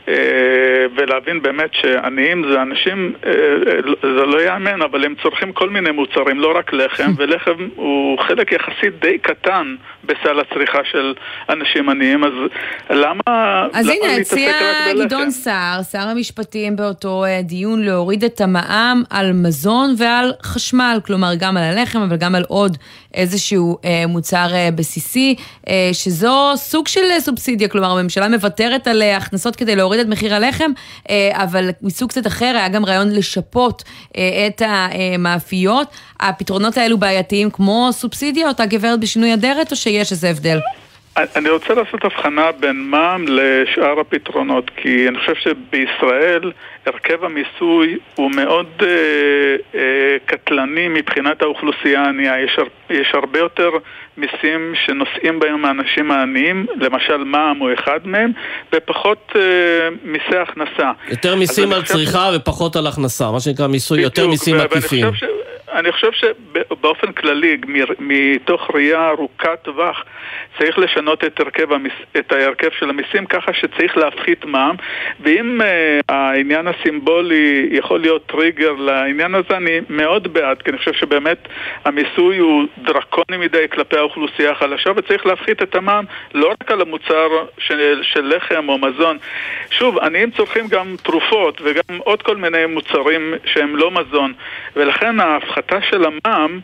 ולהבין באמת שעניים זה אנשים, זה לא יאמן, אבל הם צורכים כל מיני מוצרים, לא רק לחם, ולחם הוא חלק יחסית די קטן בסל הצריכה של אנשים עניים, אז למה, אז למה הנה, להתעסק הציע רק בלחם? גדעון סער, שר המשפטים באותו דיון, להוריד את המע"מ על מזון ועל חשמל, כלומר גם על הלחם, אבל גם על עוד איזשהו אה, מוצר אה, בסיסי, אה, שזו סוג של סובסידיה, כלומר הממשלה מוותרת על הכנסות כדי להוריד את מחיר הלחם, אה, אבל מסוג קצת אחר היה גם רעיון לשפות אה, את המאפיות. הפתרונות האלו בעייתיים כמו סובסידיה, אותה גברת בשינוי אדרת, או שיש איזה הבדל? אני רוצה לעשות הבחנה בין מע"מ לשאר הפתרונות, כי אני חושב שבישראל הרכב המיסוי הוא מאוד אה, אה, קטלני מבחינת האוכלוסייה הענייה. יש, יש הרבה יותר מיסים שנושאים בהם האנשים העניים, למשל מע"מ הוא אחד מהם, ופחות אה, מיסי הכנסה. יותר מיסים על צריכה ש... ופחות על הכנסה, מה שנקרא מיסוי, בדיוק, יותר מיסים עקיפים. ש... אני חושב שבאופן כללי, מתוך ראייה ארוכת טווח, צריך לשנות את הרכב, המס... את ההרכב של המיסים ככה שצריך להפחית מע"מ, ואם uh, העניין הסימבולי יכול להיות טריגר לעניין הזה, אני מאוד בעד, כי אני חושב שבאמת המיסוי הוא דרקוני מדי כלפי האוכלוסייה החלשה, וצריך להפחית את המע"מ לא רק על המוצר של, של לחם או מזון. שוב, עניים צורכים גם תרופות וגם עוד כל מיני מוצרים שהם לא מזון, ולכן ההפחתה של המע"מ,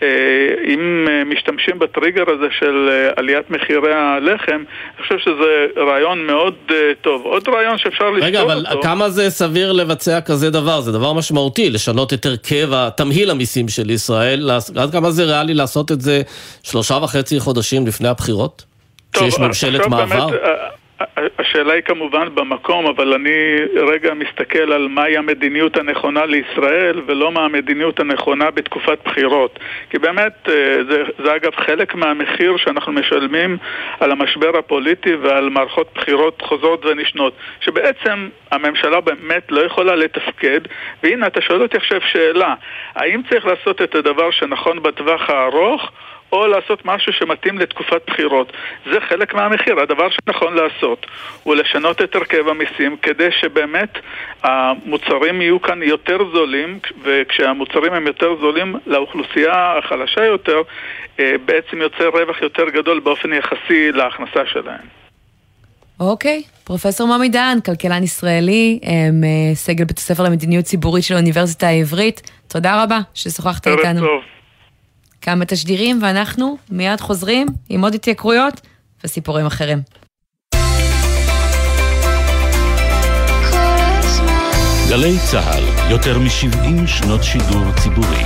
אם משתמשים בטריגר הזה של עליית מחירי הלחם, אני חושב שזה רעיון מאוד טוב. עוד רעיון שאפשר לשתות רגע, אבל אותו. כמה זה סביר לבצע כזה דבר? זה דבר משמעותי, לשנות את הרכב התמהיל המיסים של ישראל. עד כמה זה ריאלי לעשות את זה שלושה וחצי חודשים לפני הבחירות? טוב, שיש ממשלת מעבר? באמת, השאלה היא כמובן במקום, אבל אני רגע מסתכל על מהי המדיניות הנכונה לישראל ולא מה המדיניות הנכונה בתקופת בחירות. כי באמת זה, זה אגב חלק מהמחיר שאנחנו משלמים על המשבר הפוליטי ועל מערכות בחירות חוזרות ונשנות, שבעצם הממשלה באמת לא יכולה לתפקד. והנה אתה שואל אותי עכשיו שאלה, האם צריך לעשות את הדבר שנכון בטווח הארוך או לעשות משהו שמתאים לתקופת בחירות? זה חלק מהמחיר. הדבר שנכון לעשות הוא לשנות את הרכב המיסים כדי שבאמת המוצרים יהיו כאן יותר זולים, וכשהמוצרים הם יותר זולים לאוכלוסייה החלשה יותר, בעצם יוצר רווח יותר גדול באופן יחסי להכנסה שלהם. אוקיי, פרופסור מומי דהן, כלכלן ישראלי, סגל בית הספר למדיניות ציבורית של האוניברסיטה העברית. תודה רבה ששוחחת איתנו. ערב טוב. כמה תשדירים, ואנחנו מיד חוזרים עם עוד התייקרויות וסיפורים אחרים. גלי צהל, יותר מ-שבעים שנות שידור ציבורי.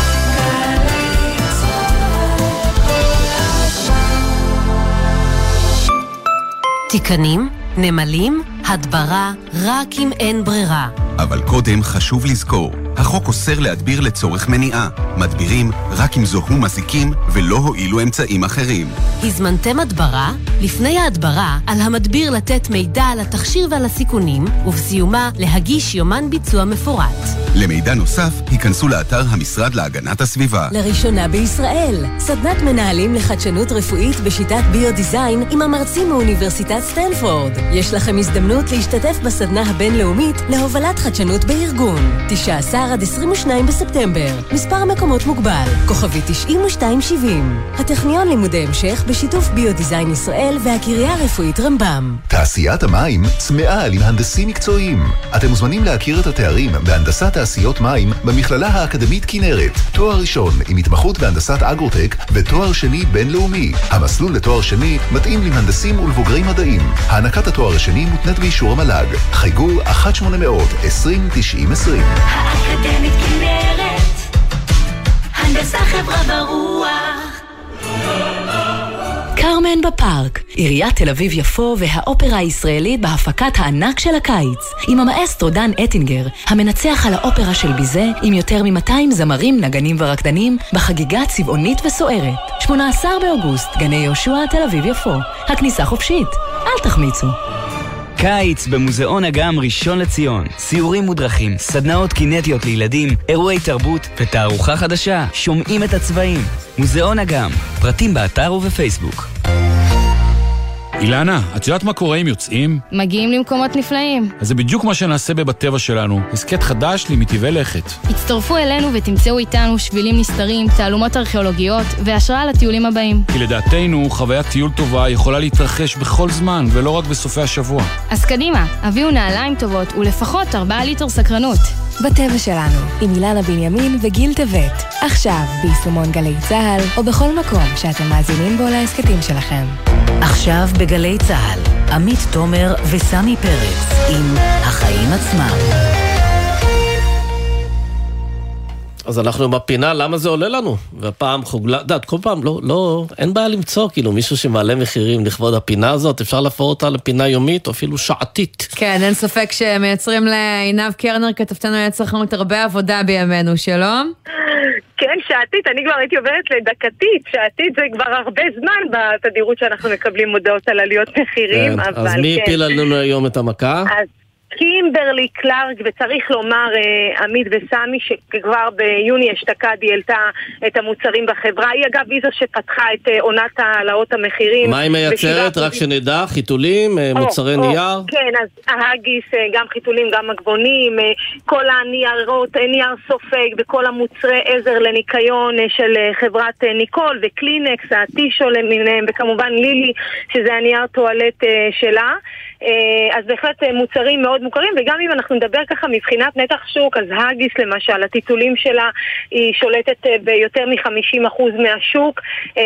תיקנים, נמלים, הדברה, רק אם אין ברירה. אבל קודם חשוב לזכור, החוק אוסר להדביר לצורך מניעה. מדבירים רק אם זוהו מזיקים ולא הועילו אמצעים אחרים. הזמנתם הדברה? לפני ההדברה, על המדביר לתת מידע על התכשיר ועל הסיכונים, ובסיומה להגיש יומן ביצוע מפורט. למידע נוסף, היכנסו לאתר המשרד להגנת הסביבה. לראשונה בישראל, סדנת מנהלים לחדשנות רפואית בשיטת ביו-דיזיין עם המרצים מאוניברסיטת סטנפורד. יש לכם הזדמנות להשתתף בסדנה הבינלאומית להובלת חדשנות בארגון. תשעה עשר עד עשרים ושניים בספטמבר. מספר מקומות מוגבל. כוכבי תשעים ושתיים שבעים. הטכניון לימודי המשך בשיתוף ביו-דיזיין ישראל והקריה הרפואית רמב"ם. תעשיית המים צמאה עם הנדסים מקצועיים. אתם מוזמנים להכיר את התארים בהנדסת תעשיות מים במכללה האקדמית כנרת. תואר ראשון עם התמחות בהנדסת אגרוטק ותואר שני בינלאומי. המסלול לתואר שני מתאים למהנדסים ולבוגרי מדעים. הענקת התואר השני מותנית באישור המל"ג. חייגו אחת שמונה אפס אפס עשרים תשעים עשרים. האקדמית כנרת, הנדסה חברה ברוח. קרמן בפארק, עיריית תל אביב יפו והאופרה הישראלית בהפקת הענק של הקיץ, עם המאסטרו דן אטינגר, המנצח על האופרה של ביזה, עם יותר מ-מאתיים זמרים, נגנים ורקדנים, בחגיגה צבעונית וסוערת. שמונה עשר באוגוסט, גני יהושע, תל אביב יפו. הכניסה חופשית, אל תחמיצו. קיץ במוזיאון אגם ראשון לציון. סיורים מודרכים, סדנאות קינטיות לילדים, אירועי תרבות ותערוכה חדשה. שומעים את הצבעים. מוזיאון אגם. פרטים באתר ובפייסבוק. אילנה, את יודעת מה קורה אם יוצאים? מגיעים למקומות נפלאים. אז זה בדיוק מה שנעשה בבטבע שלנו. הסקט חדש למטבעי לכת. הצטרפו אלינו ותמצאו איתנו שבילים נסתרים, תעלומות ארכיאולוגיות והשראה לטיולים הבאים. כי לדעתנו, חוויית טיול טובה יכולה להתרחש בכל זמן ולא רק בסופי השבוע. אז קדימה, הביאו נעליים טובות ולפחות ארבעה ליטר סקרנות. בטבע שלנו, עם אילנה בנימין וגיל טבת. עכשיו, ביישומון גלי צהל, או בכל מקום שאתם מאזינים בו להסקטים שלכם. עכשיו בגלי צהל, עמית תומר וסמי פרץ עם החיים עצמם. אז אנחנו בפינה, למה זה עולה לנו? והפעם חוגלה, דעת, כל פעם, לא, לא, אין בעיה למצוא, כאילו, מישהו שמעלה מחירים לכבוד הפינה הזאת, אפשר להפוך אותה לפינה יומית או אפילו שעתית. כן, אין ספק שמייצרים לעינב קרנר, כתבתנו יצר חנות הרבה עבודה בימינו, שלום? כן, שעתית, אני כבר הייתי עוברת לדקתית, שעתית זה כבר הרבה זמן בתדירות שאנחנו מקבלים מודעות על עליות מחירים, כן, אבל אז מי הפיל כן. לנו היום את המכה? אז קימברלי קלארק, וצריך לומר אה, עמית וסמי שכבר ביוני אשתקד היא העלתה את המוצרים בחברה. היא אגב היא זו שפתחה את אה, עונת העלאות המחירים. מה היא מייצרת? רק שנדע, חיתולים, או, מוצרי או, נייר? כן, אז ההגיס, אה, גם חיתולים, גם מגבונים, אה, כל הניירות, אה, נייר סופג וכל המוצרי עזר לניקיון אה, של אה, חברת אה, ניקול וקלינקס, הטישו למיניהם, וכמובן לילי, שזה הנייר טואלט אה, שלה. אז בהחלט מוצרים מאוד מוכרים, וגם אם אנחנו נדבר ככה מבחינת נתח שוק, אז האגיס למשל, הטיטולים שלה היא שולטת ביותר מ-חמישים אחוז מהשוק.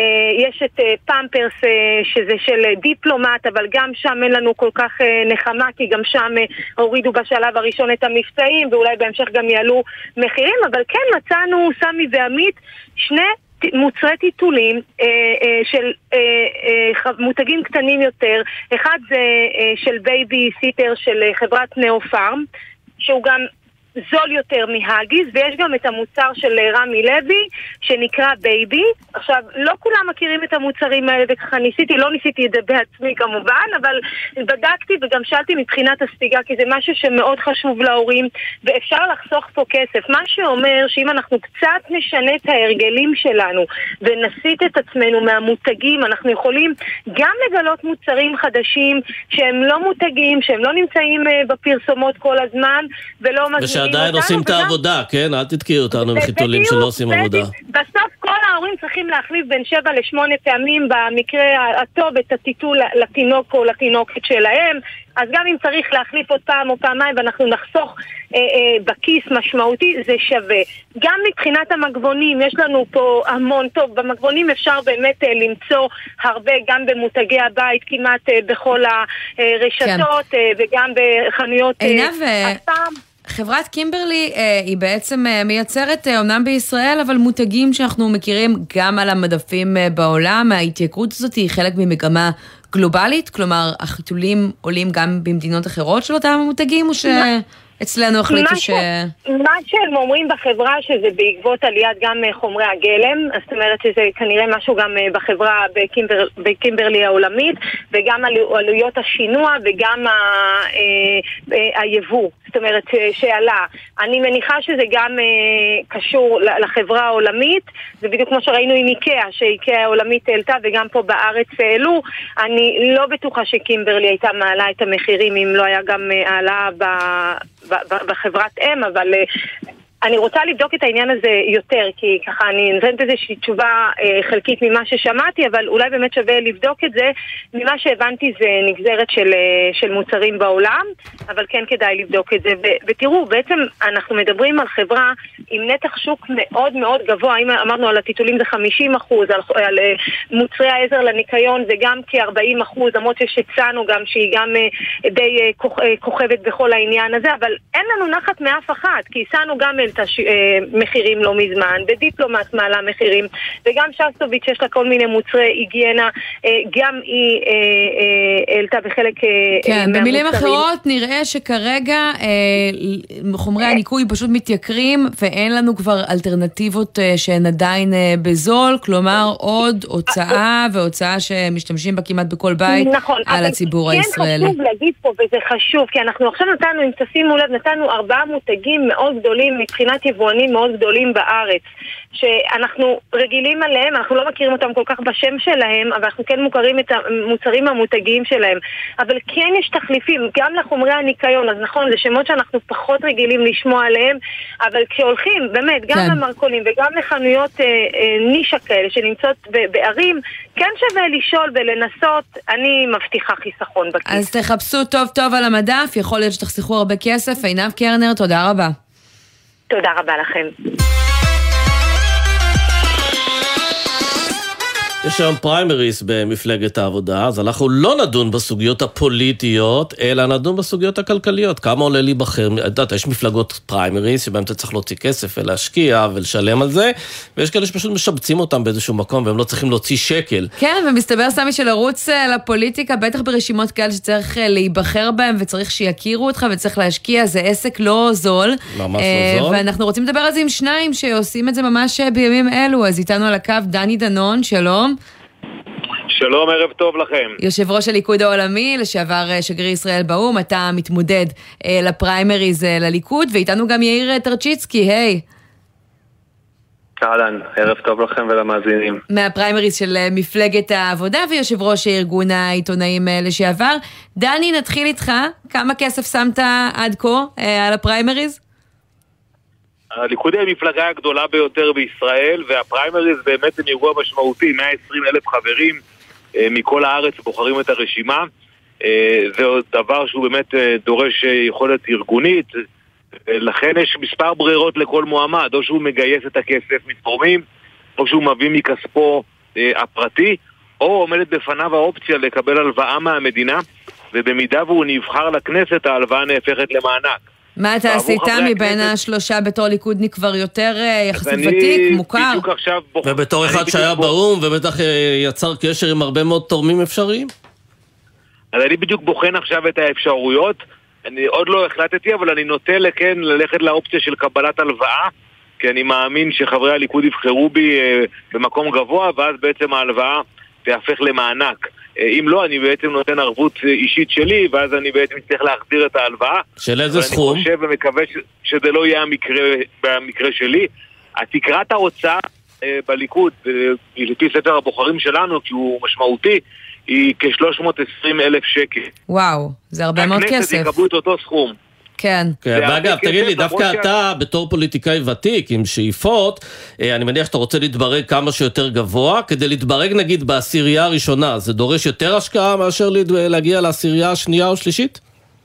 יש את פמפרס שזה של דיפלומט, אבל גם שם אין לנו כל כך נחמה, כי גם שם הורידו בשלב הראשון את המבצעים, ואולי בהמשך גם יעלו מחירים, אבל כן מצאנו, סמי ועמית, שני מוצרי טיטולים אה, אה, של אה, אה, מותגים קטנים יותר. אחד זה אה, של בייבי סיטר של חברת נאו-פארם, שהוא גם זול יותר מהגיס, ויש גם את המוצר של רמי לוי שנקרא בייבי. עכשיו, לא כולם מכירים את המוצרים האלה, וככה ניסיתי, לא ניסיתי את זה בעצמי כמובן, אבל בדקתי וגם שאלתי מבחינת הספיגה, כי זה משהו שמאוד חשוב להורים, ואפשר לחסוך פה כסף. מה שאומר שאם אנחנו קצת נשנה את ההרגלים שלנו ונסיט את עצמנו מהמותגים, אנחנו יכולים גם לגלות מוצרים חדשים שהם לא מותגים, שהם לא נמצאים בפרסומות כל הזמן ולא מזמינים שעדיין עושים את העבודה, כן? אל תתקיעו אותנו מחיתולים שלא עושים עבודה. בסוף כל ההורים צריכים להחליף בין שבע לשמונה פעמים במקרה הטוב את הטיטול לתינוק או לתינוקת שלהם, אז גם אם צריך להחליף עוד פעם או פעמיים ואנחנו נחסוך אה, אה, בכיס משמעותי, זה שווה. גם מבחינת המגבונים, יש לנו פה המון טוב, במגבונים אפשר באמת אה, למצוא הרבה, גם במותגי הבית, כמעט אה, בכל הרשתות כן. אה, וגם בחנויות עינב, אה, הפעם. חברת קימברלי אה, היא בעצם אה, מייצרת אה, אומנם בישראל, אבל מותגים שאנחנו מכירים גם על המדפים אה, בעולם. ההתייקרות הזאת היא חלק ממגמה גלובלית, כלומר החיתולים עולים גם במדינות אחרות של אותם המותגים, או שאצלנו החליטו ש... מה שהם אומרים בחברה שזה בעקבות עליית גם חומרי הגלם, זאת אומרת שזה כנראה משהו גם בחברה בקימבר, בקימברלי העולמית, וגם עלויות השינוע וגם ה, היבוא, זאת אומרת שעלה. אני מניחה שזה גם קשור לחברה העולמית, זה בדיוק כמו שראינו עם איקאה, שאיקאה העולמית העלתה וגם פה בארץ העלו. אני לא בטוחה שקימברלי הייתה מעלה את המחירים אם לא היה גם העלה ב... בחברת אם, אבל אני רוצה לבדוק את העניין הזה יותר, כי ככה אני נותנת איזושהי תשובה חלקית ממה ששמעתי, אבל אולי באמת שווה לבדוק את זה. ממה שהבנתי זה נגזרת של, של מוצרים בעולם, אבל כן כדאי לבדוק את זה. ותראו, בעצם אנחנו מדברים על חברה עם נתח שוק מאוד מאוד גבוה. אם אמרנו על הטיטולים זה חמישים אחוז, על, על מוצרי העזר לניקיון זה גם כ-ארבעים אחוז, למרות ששצענו גם שהיא גם די כוכבת בכל העניין הזה, אבל אין לנו נחת מאף אחת, כי הצענו גם את המחירים לא מזמן, בדיפלומט מעלה מחירים, וגם שסטוביץ' יש לה כל מיני מוצרי היגיינה, גם היא העלתה בחלק כן, מהמוצרים. במילים אחרות נראה שכרגע חומרי הניקוי פשוט מתייקרים, ואין לנו כבר אלטרנטיבות שהן עדיין בזול, כלומר עוד הוצאה והוצאה שמשתמשים בה כמעט בכל בית נכון, על הציבור הישראלי. כן חשוב להגיד פה, וזה חשוב, כי אנחנו עכשיו נתנו, אם תשימו לב, נתנו ארבעה מותגים מאוד גדולים, מבחינת יבואנים מאוד גדולים בארץ, שאנחנו רגילים עליהם, אנחנו לא מכירים אותם כל כך בשם שלהם, אבל אנחנו כן מוכרים את המוצרים המותגיים שלהם. אבל כן יש תחליפים, גם לחומרי הניקיון, אז נכון, זה שמות שאנחנו פחות רגילים לשמוע עליהם, אבל כשהולכים, באמת, גם כן. למרקולים וגם לחנויות אה, אה, נישה כאלה שנמצאות בערים, כן שווה לשאול ולנסות, אני מבטיחה חיסכון בכיס. אז תחפשו טוב טוב על המדף, יכול להיות שתחסכו הרבה כסף. עינב קרנר, תודה רבה. תודה רבה לכם. יש היום פריימריס במפלגת העבודה, אז אנחנו לא נדון בסוגיות הפוליטיות, אלא נדון בסוגיות הכלכליות. כמה עולה להיבחר? את יודעת, יש מפלגות פריימריס, שבהם אתה צריך להוציא כסף ולהשקיע ולשלם על זה, ויש כאלה שפשוט משבצים אותם באיזשהו מקום, והם לא צריכים להוציא שקל. כן, ומסתבר סמי של ערוץ לפוליטיקה, בטח ברשימות כאלה שצריך להיבחר בהם, וצריך שיכירו אותך, וצריך להשקיע, זה עסק לא זול. ממש לא זול. ואנחנו רוצים לדבר על זה עם שניים שעושים את זה ממש בימים אלו, אז איתנו על הקו דני דנון, שלום. שלום, ערב טוב לכם. יושב ראש הליכוד העולמי, לשעבר שגריר ישראל באום, אתה מתמודד אה, לפריימריז אה, לליכוד, ואיתנו גם יאיר תרצ'יצקי, היי. אהלן, ערב טוב לכם ולמאזינים. מהפריימריז של אה, מפלגת העבודה, ויושב ראש ארגון העיתונאים אה, לשעבר. דני, נתחיל איתך, כמה כסף שמת עד כה אה, על הפריימריז? הליכוד היא המפלגה הגדולה ביותר בישראל, והפריימריז באמת הם אירוע משמעותי, מאה ועשרים אלף חברים מכל הארץ בוחרים את הרשימה. זה דבר שהוא באמת דורש יכולת ארגונית, לכן יש מספר ברירות לכל מועמד, או שהוא מגייס את הכסף מתורמים, או שהוא מביא מכספו הפרטי, או עומדת בפניו האופציה לקבל הלוואה מהמדינה, ובמידה והוא נבחר לכנסת, ההלוואה נהפכת למענק. מה אתה עשית מבין השלושה בתור ליכודניק כבר יותר יחסית ותיק, מוכר? ובתור אחד שהיה באום ובטח יצר קשר עם הרבה מאוד תורמים אפשריים? אז אני בדיוק בוחן עכשיו את האפשרויות, אני עוד לא החלטתי, אבל אני נוטה לכן ללכת לאופציה של קבלת הלוואה, כי אני מאמין שחברי הליכוד יבחרו בי במקום גבוה, ואז בעצם ההלוואה תהפך למענק. אם לא, אני בעצם נותן ערבות אישית שלי, ואז אני בעצם צריך להחזיר את ההלוואה. של איזה סכום? אני חושב ומקווה שזה לא יהיה המקרה, במקרה שלי. התקרת ההוצאה בליכוד, לפי ספר הבוחרים שלנו, כי הוא משמעותי, היא כ-שלוש מאות ועשרים אלף שקל. וואו, זה הרבה מאוד כסף. הכנסת יקבלו את אותו סכום. כן. ואגב, תגיד לי, דווקא אתה בתור פוליטיקאי ותיק עם שאיפות, אני מניח שאתה רוצה להתברג כמה שיותר גבוה, כדי להתברג נגיד בעשירייה הראשונה, זה דורש יותר השקעה מאשר להגיע לעשירייה השנייה או שלישית?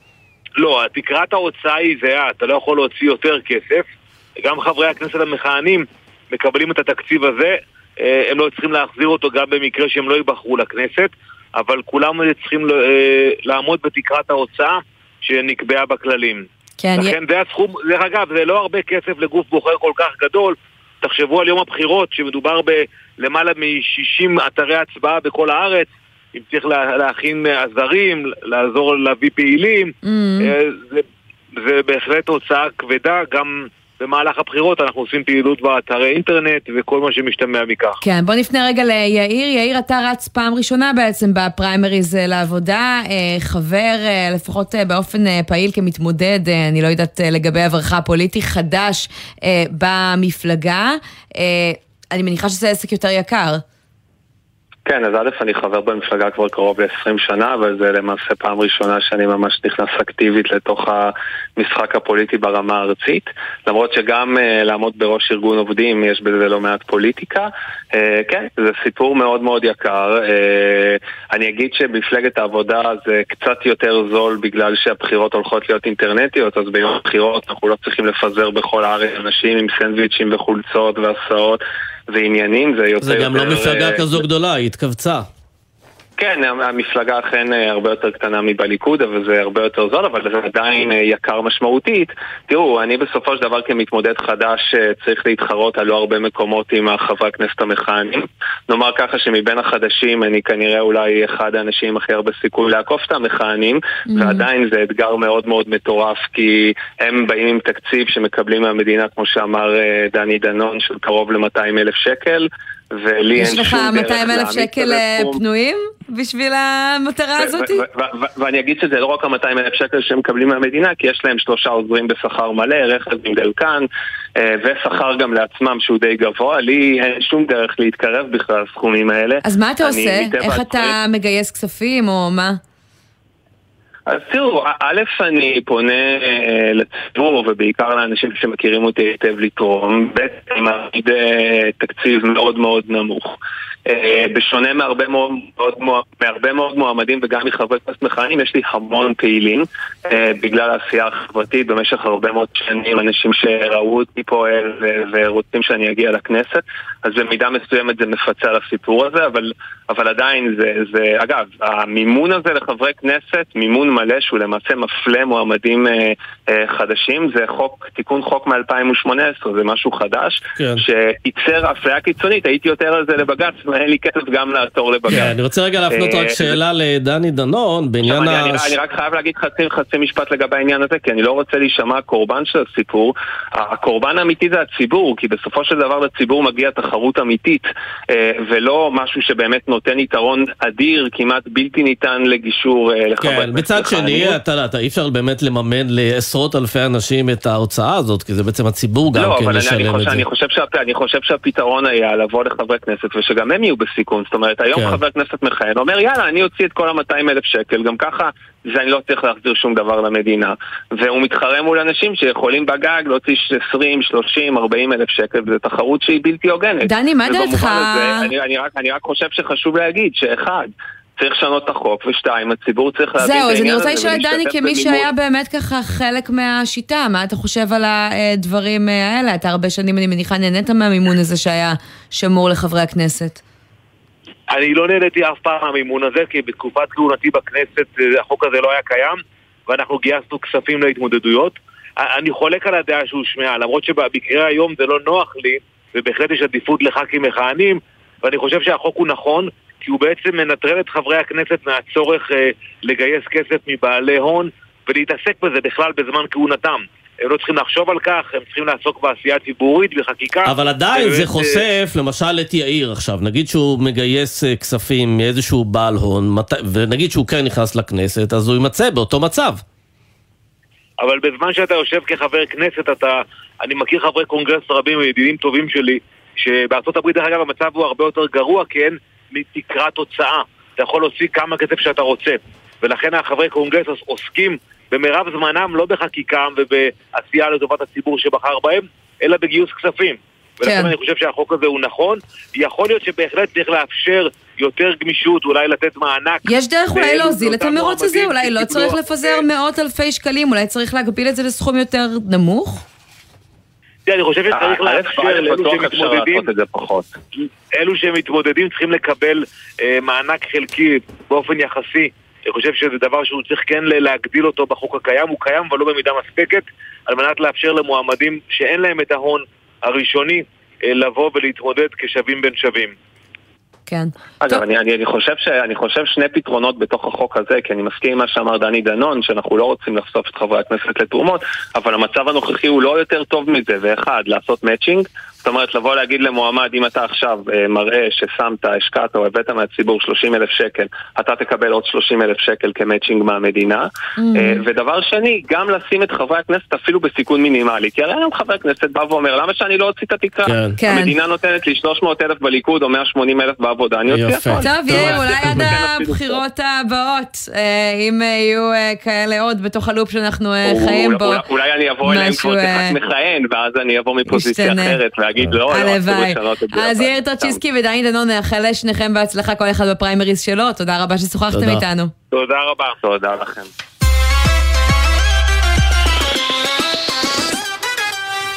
לא, תקרת ההוצאה היא זהה, אתה לא יכול להוציא יותר כסף, גם חברי הכנסת המכהנים מקבלים את התקציב הזה, הם לא צריכים להחזיר אותו גם במקרה שהם לא ייבחרו לכנסת, אבל כולם צריכים לעמוד בתקרת ההוצאה שנקבעה בכללים. כן, לכן י... זה הסכום, דרך אגב, זה לא הרבה כסף לגוף בוחר כל כך גדול. תחשבו על יום הבחירות, שמדובר בלמעלה מ-שישים אתרי הצבעה בכל הארץ, אם צריך לה, להכין עזרים, לעזור להביא פעילים, mm-hmm. זה, זה בהחלט הוצאה כבדה, גם במהלך הבחירות אנחנו עושים פעילות באתרי אינטרנט וכל מה שמשתמע מכך. כן, בוא נפנה רגע ליאיר. יאיר, אתה רץ פעם ראשונה בעצם בפריימריז לעבודה, חבר לפחות באופן פעיל כמתמודד, אני לא יודעת לגבי עברך הפוליטי, חדש במפלגה. אני מניחה שזה עסק יותר יקר. כן, אז א' אני חבר במפלגה כבר קרוב ל-עשרים שנה, אבל זה למעשה פעם ראשונה שאני ממש נכנס אקטיבית לתוך המשחק הפוליטי ברמה הארצית, למרות שגם uh, לעמוד בראש ארגון עובדים יש בזה לא מעט פוליטיקה. Uh, כן, זה סיפור מאוד מאוד יקר. Uh, אני אגיד שבמפלגת העבודה זה קצת יותר זול בגלל שהבחירות הולכות להיות אינטרנטיות, אז ביום הבחירות אנחנו לא צריכים לפזר בכל הארץ אנשים עם סנדוויצ'ים וחולצות והסעות ועניינים, זה יותר... זה גם לא מפלגה כזו גדולה, היא התכווצה. כן, המפלגה אכן הרבה יותר קטנה מבליכוד, אבל זה הרבה יותר זול, אבל זה עדיין יקר משמעותית. תראו, אני בסופו של דבר כמתמודד חדש צריך להתחרות על לא הרבה מקומות עם החברי הכנסת המכהנים. נאמר ככה שמבין החדשים אני כנראה אולי אחד האנשים הכי הרבה סיכוי לעקוף את המכהנים, mm-hmm. ועדיין זה אתגר מאוד מאוד מטורף, כי הם באים עם תקציב שמקבלים מהמדינה, כמו שאמר דני דנון, של קרוב ל-מאתיים אלף שקל, ולי אין שום דרך. יש לך מאתיים אלף שקל פנויים בשביל המטרה הזאת? ואני אגיד שזה לא רק ה-מאתיים אלף שקל שהם מקבלים מהמדינה, כי יש להם שלושה עוזרים בשכר מלא, רכב עם דלקן, ושכר גם לעצמם שהוא די גבוה. לי אין שום דרך להתקרב בכלל הסכומים האלה. אז מה אתה עושה? איך אתה מגייס כספים או מה? אז תראו, א', אני פונה אה, לציבור ובעיקר לאנשים שמכירים אותי היטב לתרום, ב', אני מעמיד אה, תקציב מאוד מאוד נמוך. אה, בשונה מהרבה מאוד, מאוד, מהרבה מאוד מועמדים וגם מחברי כנסת מכהנים, יש לי המון פעילים אה, בגלל העשייה החברתית במשך הרבה מאוד שנים, אנשים שראו אותי פועל ו- ורוצים שאני אגיע לכנסת, אז במידה מסוימת זה מפצה על הסיפור הזה, אבל, אבל עדיין זה, זה, אגב, המימון הזה לחברי כנסת, מימון מלא שהוא למעשה מפלה מועמדים אה, אה, חדשים, זה חוק, תיקון חוק מ-אלפיים ושמונה עשרה, זה משהו חדש, כן. שייצר אפליה קיצונית, הייתי יותר על זה לבגץ, ואין לי כסף גם לעתור לבגץ. כן, אני רוצה רגע להפנות רק שאלה לדני דנון, בעניין ה... אני, אני, אני רק חייב להגיד חצי, חצי משפט לגבי העניין הזה, כי אני לא רוצה להישמע קורבן של הסיפור, הקורבן האמיתי זה הציבור, כי בסופו של דבר לציבור מגיע תחרות אמיתית, אה, ולא משהו שבאמת נותן יתרון אדיר, כמעט בלתי ניתן לגישור אה, לחברי כן, בצד שני, אתה, אתה, אי אפשר באמת לממן לעשרות אלפי אנשים את ההוצאה הזאת, כי זה בעצם הציבור גם לא, כן לשלם את זה. אני חושב, שה, אני חושב שהפתרון היה לבוא לחברי כנסת, ושגם הם יהיו בסיכון. זאת אומרת, היום כן. חבר כנסת מכהן אומר, יאללה, אני אוציא את כל ה-מאתיים אלף שקל, גם ככה זה אני לא צריך להחזיר שום דבר למדינה. והוא מתחרה מול אנשים שיכולים בגג להוציא עשרים, שלושים, ארבעים אלף שקל, וזו תחרות שהיא בלתי הוגנת. דני, מה דעתך? אני, אני, רק, אני רק חושב שחשוב להגיד שאחד, צריך לשנות את החוק, ושתיים, הציבור צריך להבין את העניין הזה. זהו, אז אני רוצה לשאול דני כמי שהיה באמת ככה חלק מהשיטה, מה אתה חושב על הדברים האלה? אתה הרבה שנים, אני מניחה, נהנית מהמימון הזה שהיה שמור לחברי הכנסת. אני לא נהניתי אף פעם מהמימון הזה, כי בתקופת כהונתי בכנסת החוק הזה לא היה קיים, ואנחנו גייסנו כספים להתמודדויות. אני חולק על הדעה שהוא שמיע, למרות שבמקרה היום זה לא נוח לי, ובהחלט יש עדיפות לח"כים מכהנים, ואני חושב שהחוק הוא נכון, כי הוא בעצם מנטרל את חברי הכנסת מהצורך אה, לגייס כסף מבעלי הון ולהתעסק בזה בכלל בזמן כהונתם. הם לא צריכים לחשוב על כך, הם צריכים לעסוק בעשייה ציבורית, בחקיקה. אבל עדיין זה חושף, למשל את יאיר עכשיו, נגיד שהוא מגייס כספים מאיזשהו בעל הון, ונגיד שהוא כן נכנס לכנסת, אז הוא יימצא באותו מצב. אבל בזמן שאתה יושב כחבר כנסת, אתה, אני מכיר חברי קונגרס רבים וידידים טובים שלי, שבארצות הברית דרך אגב המצב הוא הרבה יותר גרוע, כי אין מתקרת הוצאה. אתה יכול להוציא כמה כסף שאתה רוצה. ולכן החברי קונגרס עוסקים במרב זמנם לא בחקיקם ובעשייה לטובת הציבור שבחר בהם, אלא בגיוס כספים. ולכן אני חושב שהחוק הזה הוא נכון. יכול להיות שבהחלט צריך לאפשר יותר גמישות, אולי לתת מענק. יש דרך אולי להוזיל את המרוץ הזה, אולי לא צריך לפזר מאות אלפי שקלים, אולי צריך להגביל את זה לסכום יותר נמוך? אני חושב שצריך לאפשר לאלו שמתמודדים, אלו שמתמודדים צריכים לקבל מענק חלקי באופן יחסי. אני חושב שזה דבר שהוא צריך כן להגדיל אותו בחוק הקיים, הוא קיים אבל לא במידה מספקת, על מנת לאפשר למועמדים שאין להם את ההון הראשוני לבוא ולהתמודד כשווים בין שווים. כן. אגב, אני, אני, אני חושב ש, אני חושב שני פתרונות בתוך החוק הזה, כי אני מסכים עם מה שאמר דני דנון, שאנחנו לא רוצים לחשוף את חברי הכנסת לתרומות, אבל המצב הנוכחי הוא לא יותר טוב מזה, ואחד, לעשות מאצ'ינג, זאת אומרת, לבוא להגיד למועמד, אם אתה עכשיו מראה ששמת, השקעת או הבאת מהציבור שלושים אלף שקל, אתה תקבל עוד שלושים אלף שקל כמאצ'ינג מהמדינה. Mm-hmm. ודבר שני, גם לשים את חברי הכנסת אפילו בסיכון מינימלי, כי הרי היום חבר הכנסת בא ואומר, למה שאני לא אוציא את התקרה? כן. המדינה נותנת לי שלוש מאות אלף בליכוד או מאה ושמונים אלף בעבודה, אני אוציא הכל. טוב, יהיה, אולי עד הבחירות הבאות, אם יהיו כאלה עוד בתוך הלופ שאנחנו חיים בו. אולי אני אבוא אליהם כבר כחת מכהן, ואז אני אבוא מפוזיציה אחרת להגיד לא, הלוואי. אז יאיר טרצ'יסקי ודני דנון, נאחל לשניכם בהצלחה כל אחד בפריימריז שלו. תודה רבה ששוחחתם איתנו. תודה רבה. תודה לכם.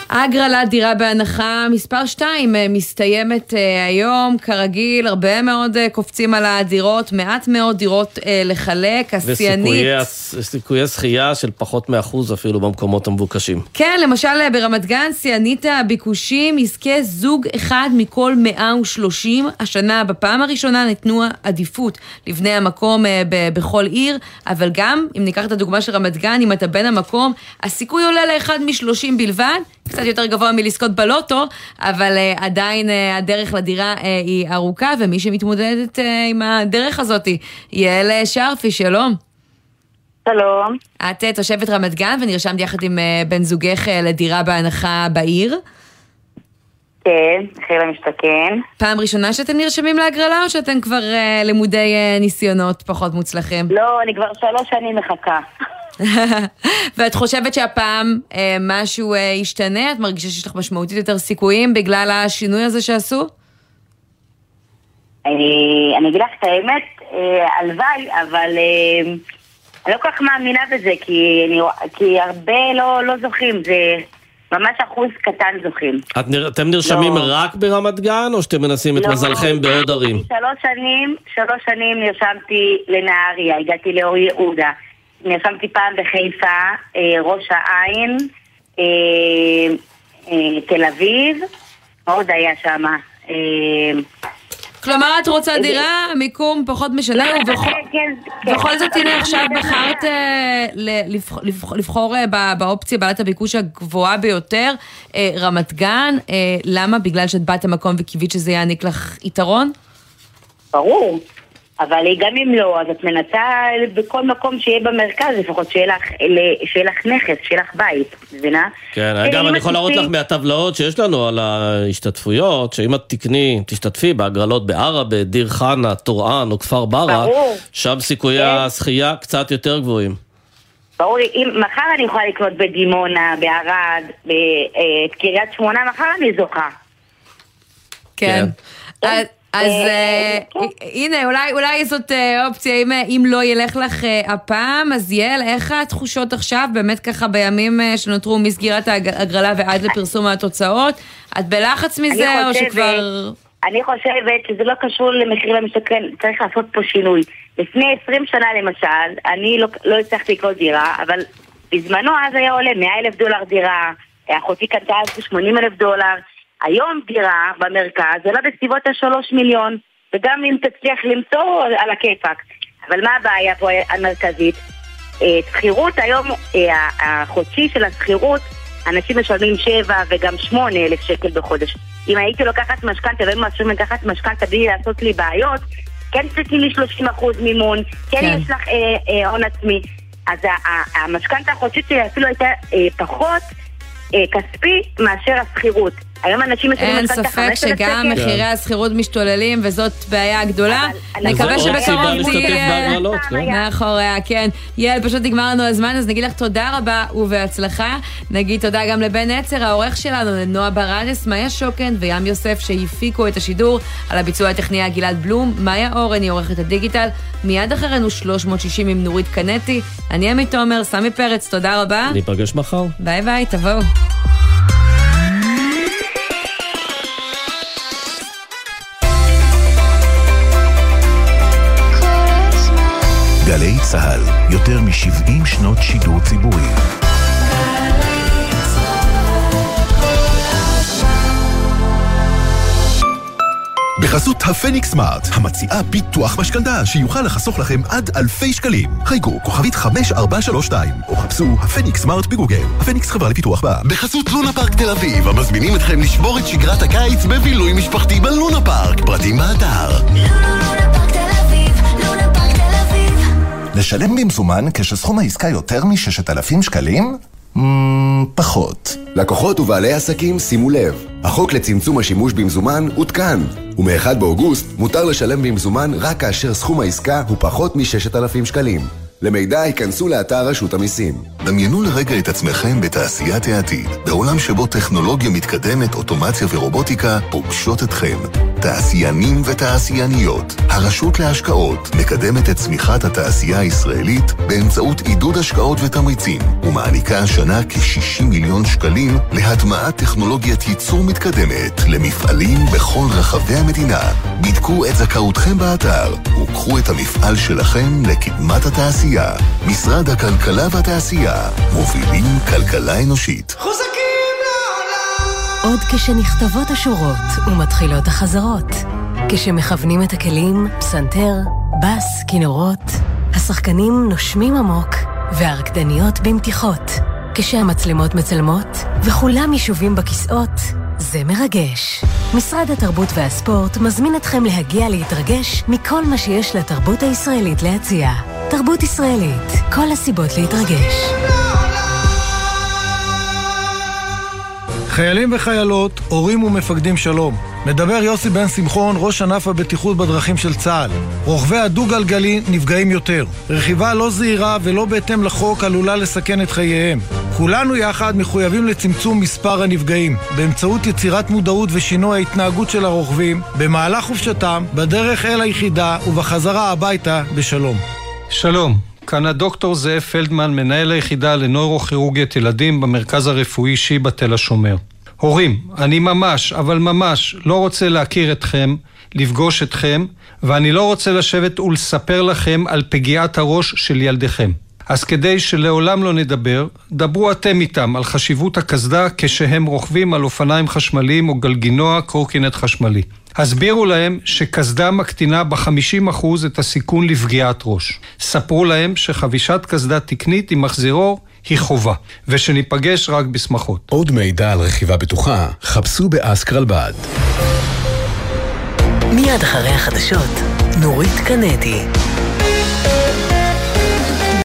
ההגרלה דירה בהנחה מספר שתיים מסתיימת היום, כרגיל, הרבה מאוד קופצים על הדירות, מעט מאוד דירות לחלק, השיאנית. וסיכויי זכייה של פחות מאחוז אפילו במקומות המבוקשים. כן, למשל ברמת גן, שיאנית הביקושים, יזכה זוג אחד מכל מאה ושלושים, השנה בפעם הראשונה ניתנו עדיפות לבני המקום בכל עיר, אבל גם, אם ניקח את הדוגמה של רמת גן, אם אתה בן המקום, הסיכוי עולה לאחד משלושים בלבד, קצת יותר גבוה מלזכות בלוטו, אבל uh, עדיין uh, הדרך לדירה uh, היא ארוכה, ומי שמתמודדת uh, עם הדרך הזאת, יעל שרפי, שלום. שלום. את uh, תושבת רמת גן, ונרשמת יחד עם uh, בן זוגך uh, לדירה בהנחה בעיר. כן, מחיר למשתכן. פעם ראשונה שאתם נרשמים להגרלה, או שאתם כבר uh, למודי uh, ניסיונות פחות מוצלחים? לא, אני כבר שלוש שנים מחכה. ואת חושבת שהפעם אה, משהו אה, ישתנה? את מרגישה שיש לך משמעותית יותר סיכויים בגלל השינוי הזה שעשו? אני, אני אגיד לך את האמת, אה, הלוואי, אבל אה, אני לא כל כך מאמינה בזה, כי, אני, כי הרבה לא, לא זוכים, זה ממש אחוז קטן זוכים. את נר, אתם נרשמים לא. רק ברמת גן, או שאתם מנסים לא, את מזלכם לא. בעוד ערים? שלוש שנים, שלוש שנים נרשמתי לנהריה, הגעתי לאור יהודה. נרשמתי פעם בחיפה, ראש העין, תל אביב, עוד היה שם. כלומר, את רוצה דירה, מיקום פחות משנה, ובכל זאת, הנה עכשיו בחרת לבחור באופציה בעלת הביקוש הגבוהה ביותר, רמת גן, למה? בגלל שאת באת המקום וקיווית שזה יעניק לך יתרון? ברור. אבל גם אם לא, אז את מנסה בכל מקום שיהיה במרכז, לפחות שיהיה לך, שיהיה לך נכס, שיהיה לך בית, מבינה? כן, אגב, אני יכול להראות לך מהטבלאות שיש לנו על ההשתתפויות, שאם את תקני, תשתתפי בהגרלות בערבה, דיר חנה, טורען או כפר ברא, שם סיכויי הזכייה קצת יותר גבוהים. ברור לי, אם מחר אני יכולה לקנות בדימונה, בערד, בקריית שמונה, מחר אני זוכה. כן. אז הנה, אולי זאת אופציה, אם לא ילך לך הפעם, אז יעל, איך התחושות עכשיו, באמת ככה בימים שנותרו מסגירת ההגרלה ועד לפרסום התוצאות, את בלחץ מזה או שכבר... אני חושבת שזה לא קשור למחיר למשתכן, צריך לעשות פה שינוי. לפני עשרים שנה למשל, אני לא הצלחתי לקנות דירה, אבל בזמנו אז היה עולה מאה אלף דולר דירה, אחותי קנתה אז שמונים אלף דולר, היום דירה במרכז עולה בסביבות השלוש מיליון, וגם אם תצליח למצוא על הכיפק. אבל מה הבעיה פה המרכזית? שכירות היום, החודשי של השכירות, אנשים משלמים שבע וגם שמונה אלף שקל בחודש. אם הייתי לוקחת משכנתה, והם מאפשרים לקחת משכנתה בלי לעשות לי בעיות, כן צריכים לי שלושים אחוז מימון, כן, כן. יש לך אה, אה, הון עצמי. אז המשכנתה החודשית שלי אפילו הייתה אה, פחות אה, כספי מאשר השכירות. היום אנשים משלמים אין ספק שגם מחירי השכירות משתוללים, וזאת בעיה גדולה. נקווה שבקרוב תהיה מאחוריה, כן. יעל, פשוט נגמר לנו הזמן, אז נגיד לך תודה רבה ובהצלחה. נגיד תודה גם לבן עצר, העורך שלנו, לנועה ברנס, מאיה שוקן וים יוסף שהפיקו את השידור. על הביצוע הטכניה גלעד בלום, מאיה אורן היא עורכת הדיגיטל. מיד אחרינו שלוש מאות שישים עם נורית קנטי. אני עמית תומר, סמי פרץ, תודה רבה. ניפגש מחר. ביי ביי, תבואו. גלי צהל, יותר מ-שבעים שנות שידור ציבורי. בחסות הפניקס סמארט, המציעה ביטוח משכנתה שיוכל לחסוך לכם עד אלפי שקלים. חייגו כוכבית חמש ארבע שלוש שתיים או חפשו הפניקס סמארט בגוגל. הפניקס חברה לפיתוח בה. בחסות לונה פארק תל אביב, המזמינים אתכם לשבור את שגרת הקיץ בבילוי משפחתי בלונה פארק. פרטים באתר. לשלם במזומן כשסכום העסקה יותר מ-ששת אלפים שקלים? פחות. לקוחות ובעלי עסקים, שימו לב. החוק לצמצום השימוש במזומן עודכן, ומ-אחד באוגוסט מותר לשלם במזומן רק כאשר סכום העסקה הוא פחות מ-ששת אלפים שקלים. למידע ייכנסו לאתר רשות המיסים. דמיינו לרגע את עצמכם בתעשיית העתיד, בעולם שבו טכנולוגיה מתקדמת, אוטומציה ורובוטיקה פוגשות אתכם. תעשיינים ותעשייניות. הרשות להשקעות מקדמת את צמיחת התעשייה הישראלית באמצעות עידוד השקעות ותמריצים, ומעניקה השנה כ-שישים מיליון שקלים להטמעת טכנולוגיית ייצור מתקדמת למפעלים בכל רחבי המדינה. בדקו את זכאותכם באתר, וקחו את המפעל שלכם לקדמת התעשייה. משרד הכלכלה והתעשייה, מובילים כלכלה אנושית. עוד כשנכתבות השורות ומתחילות החזרות, כשמכוונים את הכלים, פסנתר, בס, כינורות, השחקנים נושמים עמוק והרקדניות במתיחות, כשהמצלמות מצלמות וכולם ישובים בכיסאות, זה מרגש. משרד התרבות והספורט מזמין אתכם להגיע להתרגש מכל מה שיש לתרבות הישראלית להציע. תרבות ישראלית, כל הסיבות להתרגש. חיילים וחיילות, הורים ומפקדים שלום. מדבר יוסי בן שמחון, ראש ענף הבטיחות בדרכים של צה"ל. רוכבי הדו-גלגלי נפגעים יותר. רכיבה לא זהירה ולא בהתאם לחוק עלולה לסכן את חייהם. כולנו יחד מחויבים לצמצום מספר הנפגעים, באמצעות יצירת מודעות ושינוי ההתנהגות של הרוכבים, במהלך חופשתם, בדרך אל היחידה ובחזרה הביתה בשלום. שלום, כאן הדוקטור זאב פלדמן, מנהל היחידה לנוירוכירורגיית ילדים במרכז הרפואי שיבא תל השומר. הורים, אני ממש, אבל ממש, לא רוצה להכיר אתכם, לפגוש אתכם, ואני לא רוצה לשבת ולספר לכם על פגיעת הראש של ילדיכם. אז כדי שלעולם לא נדבר, דברו אתם איתם על חשיבות הקסדה כשהם רוכבים על אופניים חשמליים או גלגינוע קורקינט חשמלי. הסבירו להם שקסדה מקטינה ב-חמישים אחוז את הסיכון לפגיעת ראש. ספרו להם שחבישת קסדה תקנית עם מחזירור היא חובה, ושניפגש רק בשמחות. עוד מידע על רכיבה בטוחה, חפשו באסקרלבד. מיד אחרי החדשות, נורית קנדי.